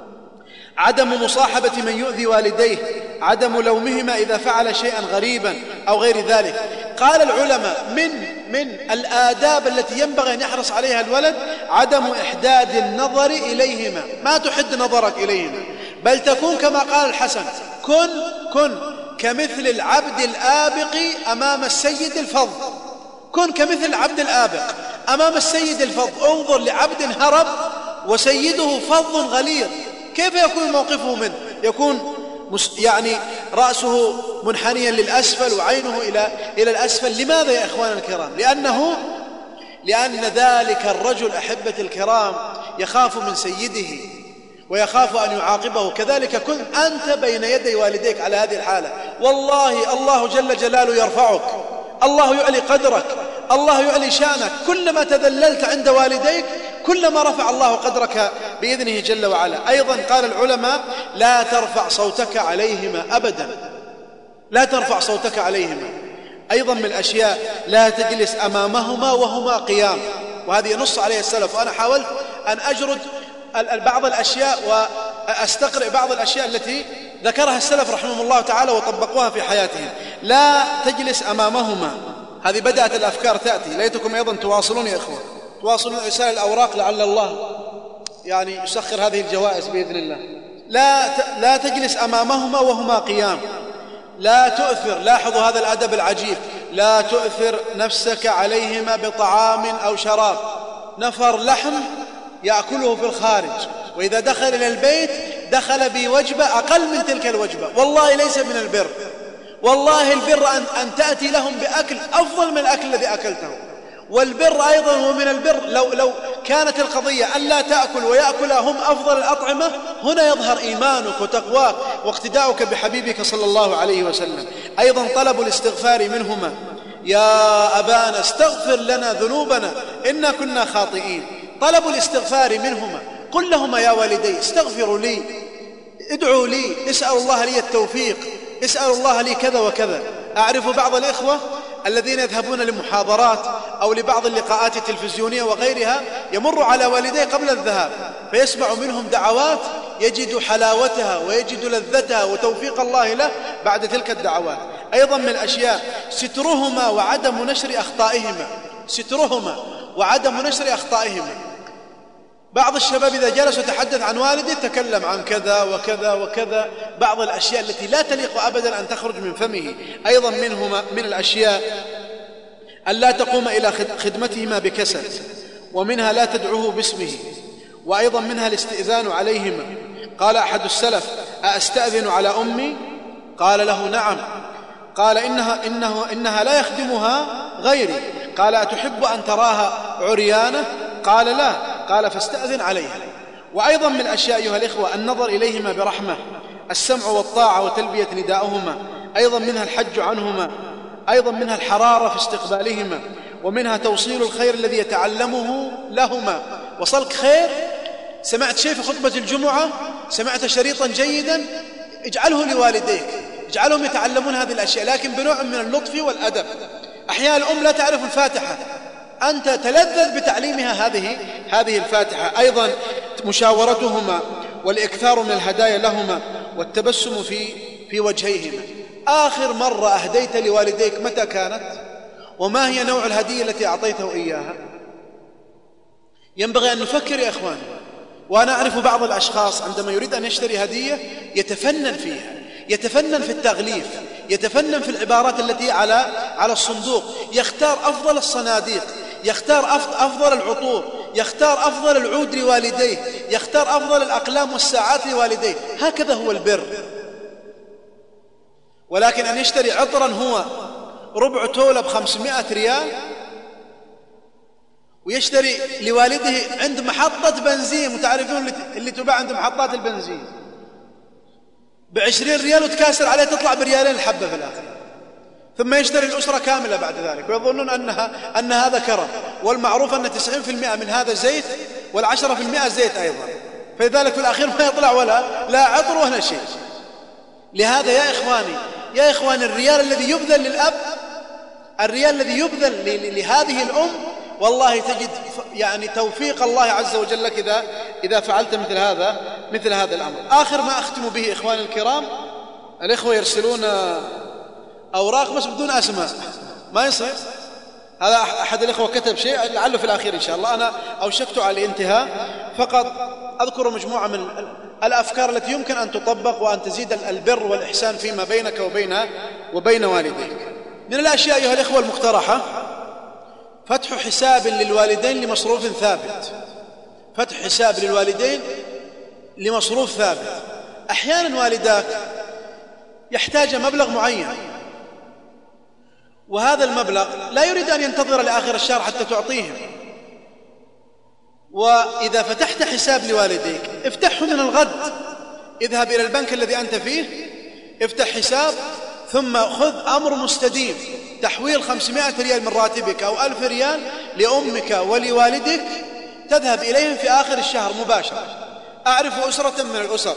عدم مصاحبة من يؤذي والديه، عدم لومهما إذا فعل شيئا غريبا أو غير ذلك. قال العلماء من الآداب التي ينبغي أن يحرص عليها الولد عدم إحداد النظر إليهما، ما تحد نظرك إليهما، بل تكون كما قال الحسن كن كمثل العبد الآبق أمام السيد الفظ. كن كمثل العبد الآبق أمام السيد الفظ. انظر لعبد هرب وسيده فظ غليظ، كيف يكون موقفه منه؟ يكون يعني رأسه منحنيا للأسفل وعينه إلى الأسفل. لماذا يا إخوان الكرام؟ لأن ذلك الرجل أحبة الكرام يخاف من سيده ويخاف أن يعاقبه. كذلك كن أنت بين يدي والديك على هذه الحالة. والله الله جل جلاله يرفعك، الله يعلي قدرك، الله يعلي شأنك. كلما تذللت عند والديك كلما رفع الله قدرك بإذنه جل وعلا. أيضا قال العلماء لا ترفع صوتك عليهما أبدا، لا ترفع صوتك عليهما. أيضا من الأشياء لا تجلس أمامهما وهما قيام، وهذه ينص عليه السلف. وأنا حاولت أن أجرد بعض الأشياء وأستقرئ بعض الأشياء التي ذكرها السلف رحمهم الله تعالى وطبقوها في حياتهم. لا تجلس أمامهما هذه بدأت الأفكار تأتي. ليتكم أيضا تواصلون يا إخوة، تواصلون إرسال الأوراق لعل الله يعني يسخر هذه الجوائز بإذن الله. لا تجلس أمامهما وهما قيام، لا تؤثر، لاحظوا هذا الأدب العجيب، لا تؤثر نفسك عليهما بطعام أو شراب. نفر لحم يأكله في الخارج، وإذا دخل إلى البيت دخل بوجبة أقل من تلك الوجبة، والله ليس من البر. والله البر أن تأتي لهم بأكل أفضل من الأكل الذي أكلته. والبر أيضا هو من البر لو كانت القضية أن لا تأكل ويأكل هم أفضل الأطعمة، هنا يظهر إيمانك وتقواك واقتداؤك بحبيبك صلى الله عليه وسلم. أيضا طلب الاستغفار منهما، يا أبانا استغفر لنا ذنوبنا إنا كنا خاطئين. طلب الاستغفار منهما، قل لهما يا والدي استغفروا لي، ادعوا لي، اسأل الله لي التوفيق، اسأل الله لي كذا وكذا. أعرف بعض الإخوة الذين يذهبون لمحاضرات أو لبعض اللقاءات التلفزيونية وغيرها، يمر على والديه قبل الذهاب فيسمع منهم دعوات يجد حلاوتها ويجد لذتها وتوفيق الله له بعد تلك الدعوات. أيضا من الأشياء سترهما وعدم نشر أخطائهما، سترهما وعدم نشر أخطائهما. بعض الشباب إذا جلس وتحدث عن والده تكلم عن كذا وكذا وكذا، بعض الأشياء التي لا تليق أبدا أن تخرج من فمه. أيضا من الأشياء أن لا تقوم إلى خدمتهما بكسل، ومنها لا تدعوه باسمه، وأيضا منها الاستئذان عليهما. قال أحد السلف: أستأذن على أمي؟ قال له: نعم. قال: إنها لا يخدمها غيري. قال: أتحب أن تراها عريانة؟ قال: لا. قال: فاستأذن عليها. وأيضا من الأشياء أيها الإخوة النظر إليهما برحمة، السمع والطاعة وتلبية نداؤهما. أيضا منها الحج عنهما، أيضا منها الحرارة في استقبالهما، ومنها توصيل الخير الذي يتعلمه لهما. وصلك خير، سمعت شيء في خطبة الجمعة، سمعت شريطا جيدا، اجعله لوالديك، اجعلهم يتعلمون هذه الأشياء، لكن بنوع من اللطف والأدب. أحيانا الأم لا تعرف الفاتحة، أنت تلذذ بتعليمها هذه الفاتحة. أيضا مشاورتهما والإكثار من الهدايا لهما والتبسم في وجهيهما. آخر مرة أهديت لوالديك متى كانت؟ وما هي نوع الهدية التي أعطيته إياها؟ ينبغي أن نفكر يا إخواني. وأنا أعرف بعض الأشخاص عندما يريد أن يشتري هدية يتفنن فيها، يتفنن في التغليف، يتفنن في العبارات التي على الصندوق، يختار أفضل الصناديق، يختار أفضل العطور، يختار أفضل العود لوالديه، يختار أفضل الأقلام والساعات لوالديه. هكذا هو البر. ولكن أن يشتري عطرا هو ربع تولة ب500 ريال، ويشتري لوالده عند محطة بنزين، وتعرفون اللي تباع عند محطات البنزين ب20 ريال، وتكاسر عليه تطلع بريالين الحبة في الآخر، ثم يشتري الأسرة كاملة بعد ذلك، ويظنون أن هذا كرم. والمعروف أن 90% من هذا زيت، وال10% زيت أيضا، فلذلك في الأخير ما يطلع لا عطر ولا شيء. لهذا يا إخواني الريال الذي يبذل للأب، الريال الذي يبذل لهذه الأم، والله تجد يعني توفيق الله عز وجل لك إذا فعلت مثل هذا الأمر. آخر ما أختم به إخواني الكرام، الإخوة يرسلون أوراق بس بدون أسماء، ما يصير. هذا أحد الإخوة كتب شيء لعله في الأخير إن شاء الله، أنا أوشكت على الانتهاء، فقط أذكر مجموعة من الأفكار التي يمكن أن تطبق وأن تزيد البر والإحسان فيما بينك وبين والديك. من الأشياء أيها الإخوة المقترحة فتح حساب للوالدين لمصروف ثابت، فتح حساب للوالدين لمصروف ثابت. أحيانا والداك يحتاج مبلغ معين، وهذا المبلغ لا يريد أن ينتظر لآخر الشهر حتى تعطيهم. وإذا فتحت حساب لوالديك افتحه من الغد، اذهب إلى البنك الذي أنت فيه، افتح حساب، ثم خذ أمر مستديم، تحويل 500 ريال من راتبك أو 1000 ريال لأمك ولوالدك، تذهب إليهم في آخر الشهر مباشرة. أعرف أسرة من الأسر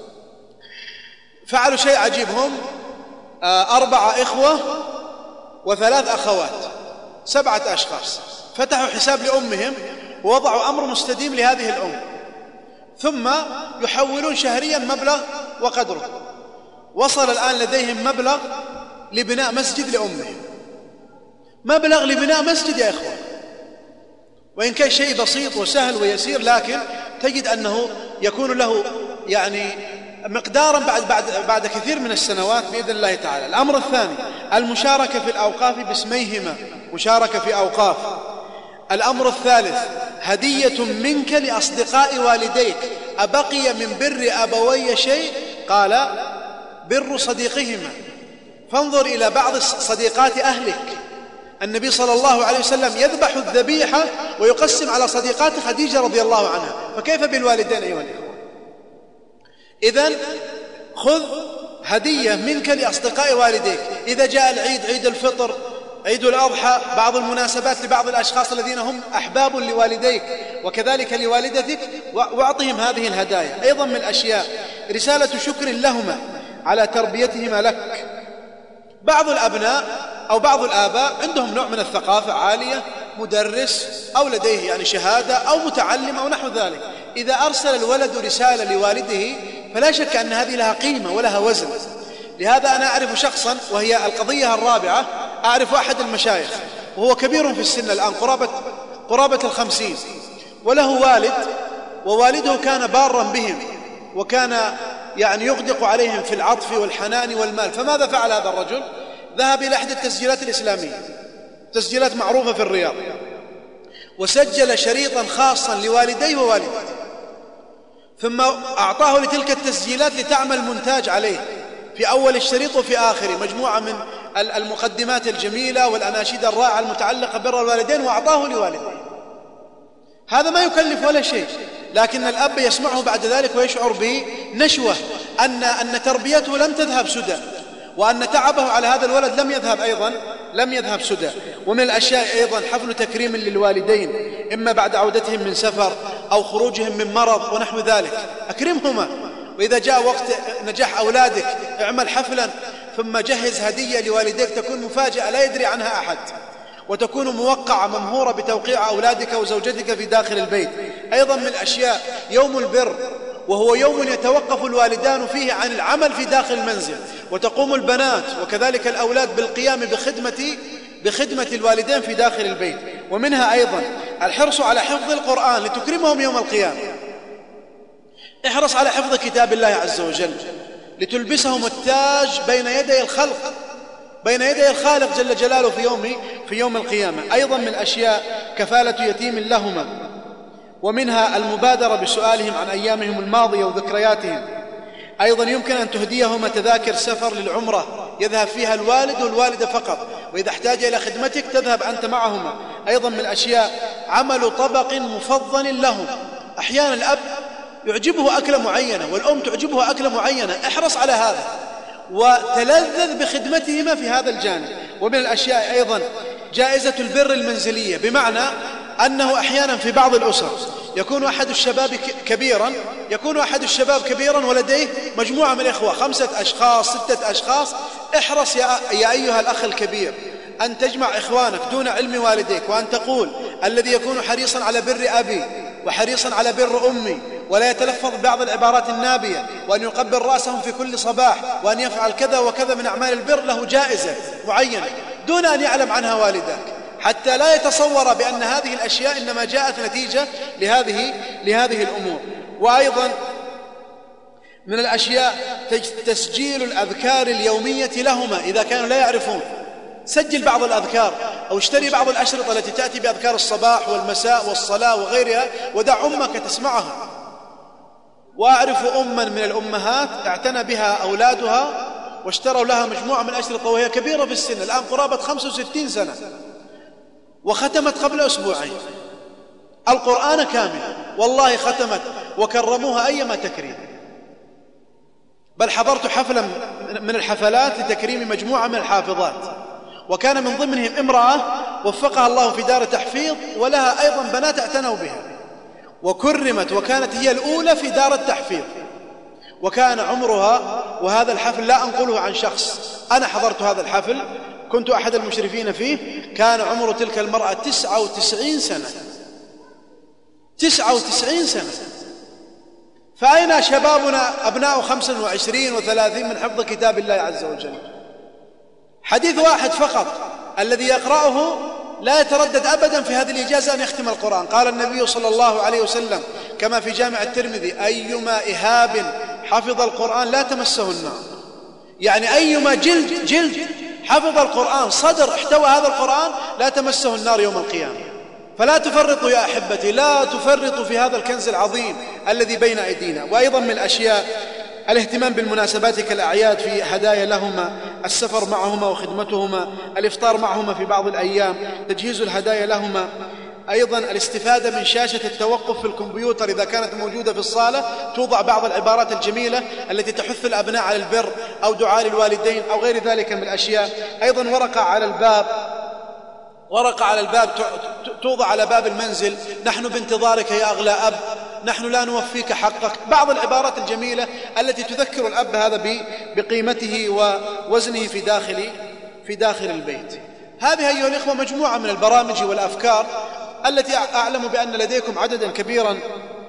فعلوا شيء عجيب، هم 4 إخوة و3 أخوات، 7 أشخاص، فتحوا حساب لأمهم ووضعوا أمر مستديم لهذه الأم، ثم يحولون شهريا مبلغ وقدره. وصل الآن لديهم مبلغ لبناء مسجد لأمهم، مبلغ لبناء مسجد يا إخوان، وإن كان شيء بسيط وسهل ويسير، لكن تجد أنه يكون له يعني مقدارا بعد كثير من السنوات بإذن الله تعالى. الأمر الثاني المشاركة في الأوقاف باسميهما، مشاركة في أوقاف. الأمر الثالث هدية منك لأصدقاء والديك، أبقي من بر أبوي شيء؟ قال بر صديقهما. فانظر إلى بعض صديقات أهلك، النبي صلى الله عليه وسلم يذبح الذبيحة ويقسم على صديقات خديجة رضي الله عنها، فكيف بالوالدين أيها الإخوة؟ إذن خذ هدية منك لأصدقاء والديك. إذا جاء العيد، عيد الفطر، عيد الأضحى، بعض المناسبات لبعض الأشخاص الذين هم أحباب لوالديك وكذلك لوالدتك، واعطهم هذه الهدايا. أيضا من الأشياء رسالة شكر لهما على تربيتهما لك. بعض الأبناء أو بعض الآباء عندهم نوع من الثقافة عالية، مدرس أو لديه يعني شهادة أو متعلم أو نحو ذلك، إذا أرسل الولد رسالة لوالده فلا شك أن هذه لها قيمة ولها وزن. لهذا أنا أعرف شخصا، وهي القضية الرابعة، أعرف أحد المشايخ وهو كبير في السن الآن قرابة 50، وله والد، ووالده كان بارا بهم وكان يعني يغدق عليهم في العطف والحنان والمال. فماذا فعل هذا الرجل؟ ذهب إلى إحدى التسجيلات الإسلامية، تسجيلات معروفة في الرياض، وسجل شريطا خاصا لوالديه ووالدته، ثم أعطاه لتلك التسجيلات لتعمل مونتاج عليه في أول الشريط وفي آخره، مجموعة من المقدمات الجميلة والأناشيد الرائعة المتعلقة ببر الوالدين، وأعطاه لوالديه. هذا ما يكلف ولا شيء، لكن الأب يسمعه بعد ذلك ويشعر بنشوة أن تربيته لم تذهب سدى، وأن تعبه على هذا الولد لم يذهب سدى. ومن الأشياء أيضا حفل تكريم للوالدين، إما بعد عودتهم من سفر أو خروجهم من مرض ونحو ذلك، أكرمهما. وإذا جاء وقت نجاح أولادك اعمل حفلا، ثم جهز هدية لوالديك تكون مفاجأة لا يدري عنها أحد، وتكون موقعة ممهورة بتوقيع أولادك وزوجتك في داخل البيت. أيضا من الأشياء يوم البر، وهو يوم يتوقف الوالدان فيه عن العمل في داخل المنزل، وتقوم البنات وكذلك الأولاد بالقيام بخدمة الوالدين في داخل البيت. ومنها أيضا الحرص على حفظ القرآن لتكرمهم يوم القيامة. احرص على حفظ كتاب الله عز وجل لتلبسهم التاج بين يدي الخلق، بين يدي الخالق جل جلاله في يوم القيامة. أيضا من الأشياء كفالة يتيم لهما، ومنها المبادرة بسؤالهم عن أيامهم الماضية وذكرياتهم. أيضا يمكن أن تهديهما تذاكر سفر للعمرة يذهب فيها الوالد والوالدة فقط، وإذا احتاج إلى خدمتك تذهب أنت معهما. أيضا من الأشياء عمل طبق مفضل لهم. أحيانا الأب يعجبه أكلة معينة والأم تعجبها أكلة معينة، احرص على هذا وتلذذ بخدمتهما في هذا الجانب. ومن الأشياء أيضا جائزة البر المنزلية، بمعنى أنه أحيانا في بعض الأسر يكون أحد الشباب كبيرا ولديه مجموعة من الإخوة، 5 أشخاص 6 أشخاص. احرص يا أيها الأخ الكبير أن تجمع إخوانك دون علم والديك، وأن تقول الذي يكون حريصا على بر أبي وحريصا على بر أمي، ولا يتلفظ بعض العبارات النابية، وأن يقبل رأسهم في كل صباح، وأن يفعل كذا وكذا من أعمال البر، له جائزة معينة دون أن يعلم عنها والدك، حتى لا يتصور بأن هذه الأشياء إنما جاءت نتيجة لهذه الأمور. وأيضا من الأشياء تسجيل الأذكار اليومية لهما إذا كانوا لا يعرفون. سجل بعض الأذكار أو اشتري بعض الأشرطة التي تأتي بأذكار الصباح والمساء والصلاة وغيرها، ودع أمك تسمعها. وأعرف أما من الأمهات اعتنى بها أولادها واشتروا لها مجموعة من الأشرطة وهي كبيرة في السن، الآن قرابة 65 سنة، وختمت قبل أسبوعين القرآن كامل، والله ختمت وكرموها أيما تكريم. بل حضرت حفلا من الحفلات لتكريم مجموعة من الحافظات، وكان من ضمنهم امرأة وفقها الله في دار تحفيظ، ولها أيضا بنات اعتنوا بها وكرمت، وكانت هي الأولى في دار التحفيظ، وكان عمرها، وهذا الحفل لا أنقله عن شخص، أنا حضرت هذا الحفل كنت أحد المشرفين فيه، كان عمر تلك المرأة 99 سنة. 99 سنة. فأين شبابنا أبناء 25 و30 من حفظ كتاب الله عز وجل؟ حديث واحد فقط الذي يقرأه لا يتردد أبدا في هذه الإجازة أن يختم القرآن. قال النبي صلى الله عليه وسلم كما في جامع الترمذي: أيما إهاب حفظ القرآن لا تمسه النار. يعني أيما جلد حفظ القرآن، صدر احتوى هذا القرآن، لا تمسه النار يوم القيامة. فلا تفرطوا يا أحبتي، لا تفرطوا في هذا الكنز العظيم الذي بين أيدينا. وأيضا من الأشياء الاهتمام بالمناسبات كالأعياد في هدايا لهما، السفر معهما وخدمتهما، الإفطار معهما في بعض الأيام، تجهيز الهدايا لهما. أيضا الاستفادة من شاشة التوقف في الكمبيوتر إذا كانت موجودة في الصالة، توضع بعض العبارات الجميلة التي تحث الأبناء على البر أو دعاء الوالدين أو غير ذلك من الأشياء. أيضا ورقة على الباب توضع على باب المنزل: نحن بانتظارك يا أغلى أب، نحن لا نوفيك حقك. بعض العبارات الجميلة التي تذكر الأب هذا بقيمته ووزنه في داخل البيت. هذه أيها الإخوة مجموعة من البرامج والأفكار التي أعلم بأن لديكم عددا كبيرا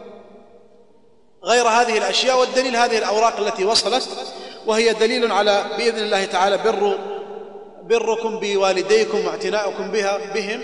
غير هذه الأشياء، والدليل هذه الأوراق التي وصلت، وهي دليل على بإذن الله تعالى بركم بوالديكم واعتناؤكم بهم.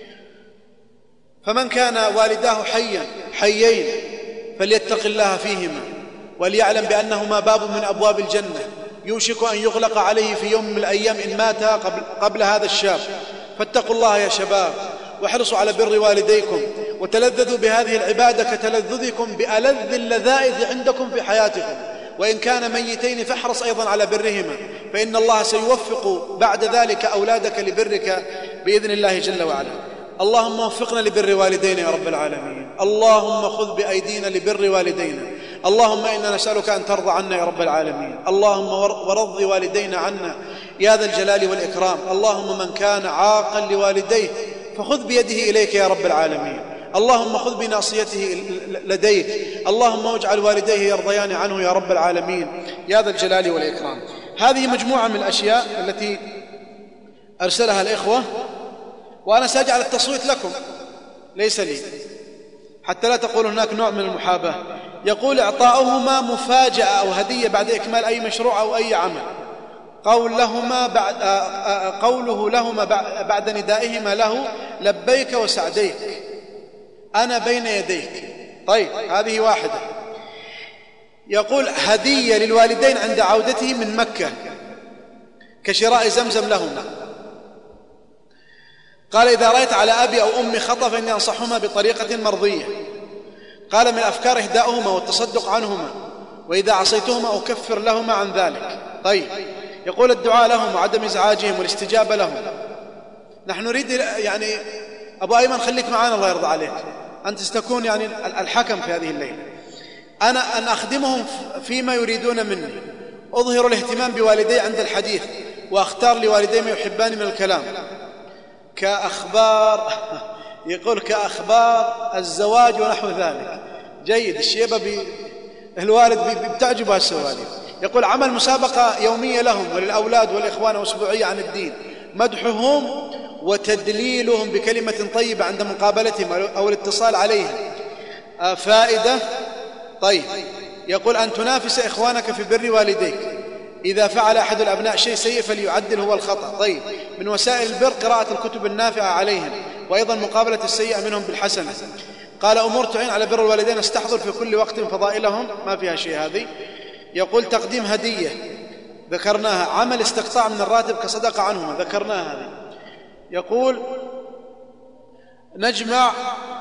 فمن كان والداه حيين فليتق الله فيهما، وليعلم بأنهما باب من أبواب الجنة يوشك أن يغلق عليه في يوم من الأيام إن مات قبل هذا الشاب. فاتقوا الله يا شباب، واحرصوا على بر والديكم، وتلذذوا بهذه العبادة كتلذذكم بألذ اللذائذ عندكم في حياتكم. وإن كان ميتين فاحرص أيضا على برهما، فإن الله سيوفق بعد ذلك أولادك لبرك بإذن الله جل وعلا. اللهم وفقنا لبر والدينا يا رب العالمين. اللهم خذ بأيدينا لبر والدينا. اللهم إنا نسألك أن ترضى عنا يا رب العالمين. اللهم ورض والدينا عنا يا ذا الجلال والإكرام. اللهم من كان عاقا لوالديه فخذ بيده إليك يا رب العالمين. اللهم خذ بناصيته لديك. اللهم واجعل والديه يرضيان عنه يا رب العالمين يا ذا الجلال والإكرام. هذه مجموعة من الأشياء التي أرسلها الإخوة، وأنا سأجعل التصويت لكم ليس لي، حتى لا تقول هناك نوع من المحاباة. يقول: إعطاؤهما مفاجأة أو هدية بعد إكمال أي مشروع أو أي عمل. قوله لهما بعد ندائهما له: لبيك وسعديك، أنا بين يديك. طيب، هذه واحدة. يقول: هدية للوالدين عند عودته من مكة كشراء زمزم لهما. قال: إذا رأيت على أبي أو أمي خطأ فإني أنصحهما بطريقة مرضية. قال: من الأفكار إهداؤهما والتصدق عنهما، وإذا عصيتهما أكفر لهما عن ذلك. طيب. يقول: الدعاء لهم وعدم إزعاجهم والاستجابة لهم. نحن نريد يعني أبو أيمن خليك معنا الله يرضى عليك، أنت ستكون يعني الحكم في هذه الليلة. أنا أن أخدمهم فيما يريدون مني، أظهر الاهتمام بوالدي عند الحديث، وأختار لوالدي ما يحبان من الكلام كأخبار يقول كأخبار الزواج ونحو ذلك. جيد، الشيبة الوالد بتعجبها السوالف. يقول: عمل مسابقة يومية لهم وللأولاد والإخوان أسبوعية عن الدين، مدحهم وتدليلهم بكلمة طيبة عند مقابلتهم أو الاتصال عليهم. فائدة. طيب. يقول: أن تنافس إخوانك في بر والديك، إذا فعل أحد الأبناء شيء سيء فليعدل هو الخطأ. طيب. من وسائل البر قراءة الكتب النافعة عليهم، وأيضا مقابلة السيئة منهم بالحسنة. قال: أمور تعين على بر الوالدين استحضر في كل وقت فضائلهم، ما فيها شيء هذه. يقول: تقديم هدية ذكرناها. عمل استقطاع من الراتب كصدقة عنهما ذكرناها هذه. يقول: نجمع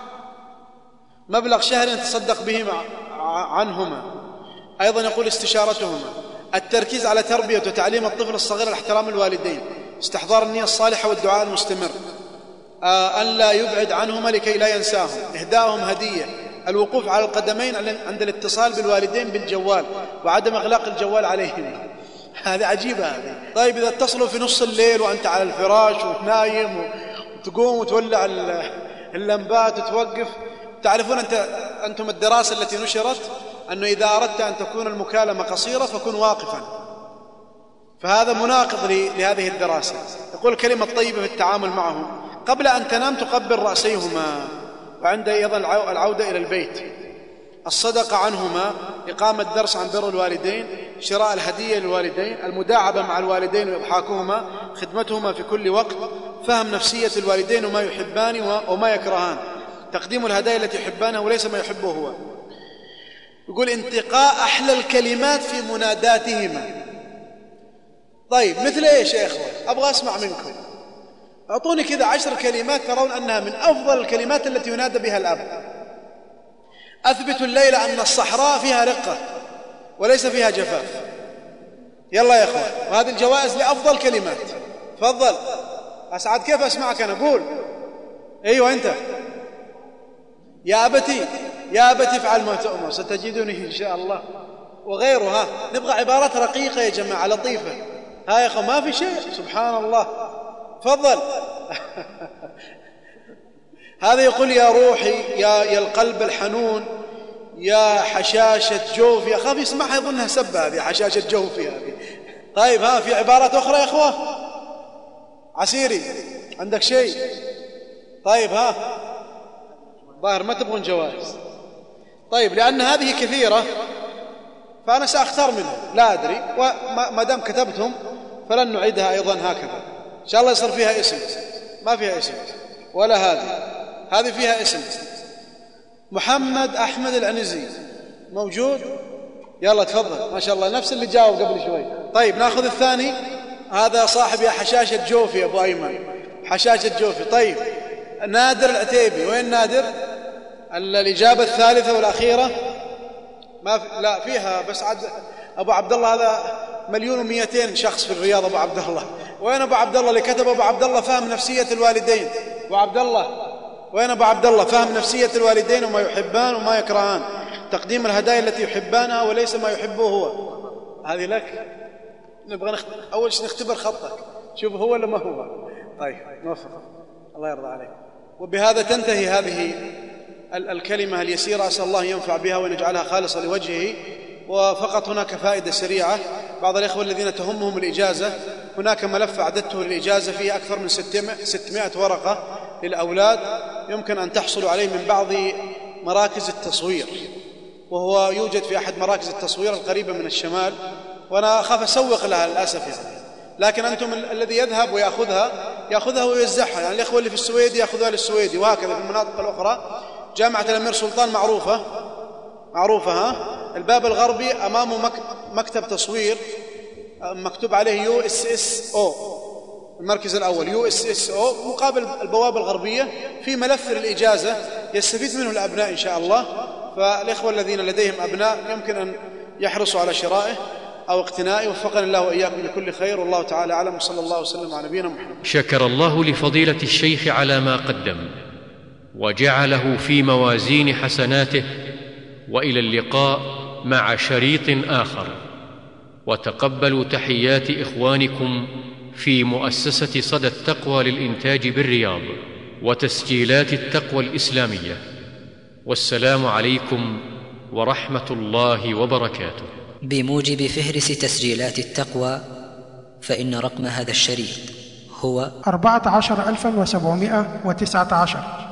مبلغ شهري نتصدق به عنهما. أيضا يقول: استشارتهما. التركيز على تربية وتعليم الطفل الصغير احترام الوالدين، استحضار النية الصالحة والدعاء المستمر، أن لا يبعد عنهما لكي لا ينساهم، إهداؤهم هدية، الوقوف على القدمين عند الاتصال بالوالدين بالجوال وعدم إغلاق الجوال عليهم. هذه عجيبة هذه. طيب، إذا اتصلوا في نص الليل وأنت على الفراش وتنايم وتقوم وتولع اللمبات وتوقف. تعرفون أنتم الدراسة التي نشرت أنه إذا أردت أن تكون المكالمة قصيرة فكن واقفا، فهذا مناقض لهذه الدراسة. يقول: كلمة طيبة في التعامل معهم، قبل أن تنام تقبل رأسيهما، وعند أيضا العودة إلى البيت، الصدقة عنهما، إقامة درس عن بر الوالدين، شراء الهدية للوالدين، المداعبة مع الوالدين وإضحاكهما، خدمتهما في كل وقت، فهم نفسية الوالدين وما يحبان وما يكرهان، تقديم الهدايا التي يحبانها وليس ما يحبه هو. يقول انتقاء أحلى الكلمات في مناداتهما. طيب مثل إيش يا إخوة؟ أبغى أسمع منكم، أعطوني كذا 10 كلمات ترون أنها من أفضل الكلمات التي ينادى بها الأب. أثبتوا الليلة أن الصحراء فيها رقة وليس فيها جفاف. يلا يا إخوة، وهذه الجوائز لأفضل كلمات. تفضل أسعد، كيف أسمعك أنا؟ قول. أيوة أنت. يا أبتي، يا أبتي افعل ما تؤمر ستجدني إن شاء الله، وغيرها. نبغى عبارات رقيقة يا جماعة، لطيفة. ها يا أخوة ما في شيء، سبحان الله. تفضل. هذا يقول يا روحي، يا القلب الحنون، يا حشاشة جوفي. أخاف يسمعها يظنها سبة هذه، حشاشة جوفي هذه. طيب ها في عبارات أخرى يا أخوة؟ عسيري عندك شيء؟ طيب ها، ظاهر ما تبغون جوائز. طيب لأن هذه كثيرة فأنا سأختار منها، لا أدري، وما دام كتبتهم فلن نعيدها أيضا هكذا إن شاء الله. يصير فيها اسم، ما فيها اسم ولا هذه فيها اسم. محمد أحمد العنزي موجود؟ يلا تفضل، ما شاء الله نفس اللي جاوب قبل شوي. طيب ناخذ الثاني، هذا صاحب يا حشاشة جوفي أبو أيمن، حشاشة جوفي. طيب نادر العتيبي، وين نادر؟ الإجابة الثالثة والأخيرة ما في، لا فيها بس أبو عبد الله، هذا 1,200,000 شخص في الرياض أبو عبد الله. وين أبو عبد الله اللي كتب أبو عبد الله فهم نفسية الوالدين؟ أبو عبد الله وين؟ أبو عبد الله فهم نفسية الوالدين وما يحبان وما يكرهان، تقديم الهدايا التي يحبانها وليس ما يحبه هو. هذه لك. نبغى أول شيء نختبر خطك، شوف هو ولا ما هو. طيب نوفق، الله يرضى عليك. وبهذا تنتهي هذه الكلمة اليسيرة، أسأل الله ينفع بها ويجعلها خالصة لوجهه. وفقط هناك فائدة سريعة، بعض الإخوة الذين تهمهم الإجازة، هناك ملف أعددته للإجازة فيه أكثر من 600 ورقة للأولاد، يمكن أن تحصلوا عليه من بعض مراكز التصوير، وهو يوجد في أحد مراكز التصوير القريبة من الشمال، وأنا أخاف أسوق لها للأسف يعني. لكن أنتم الذي يذهب ويأخذها ويوزعها، يعني الإخوة اللي في السويد يأخذها للسويدي، وهكذا في المناطق الأخرى. جامعة الأمير سلطان معروفة ها، الباب الغربي أمامه مكتب تصوير مكتوب عليه USSO، المركز الأول USSO، مقابل البوابة الغربية، في ملف للإجازة يستفيد منه الأبناء إن شاء الله. فالإخوة الذين لديهم أبناء يمكن أن يحرصوا على شرائه أو اقتنائه. وفقنا الله وإياكم لكل خير، والله تعالى أعلم، وصلى الله وسلم على نبينا محمد. شكر الله لفضيلة الشيخ على ما قدم وجعله في موازين حسناته، وإلى اللقاء مع شريط آخر. وتقبلوا تحيات إخوانكم في مؤسسة صدى التقوى للإنتاج بالرياض وتسجيلات التقوى الإسلامية. والسلام عليكم ورحمة الله وبركاته. بموجب فهرس تسجيلات التقوى، فإن رقم هذا الشريط هو 14,719.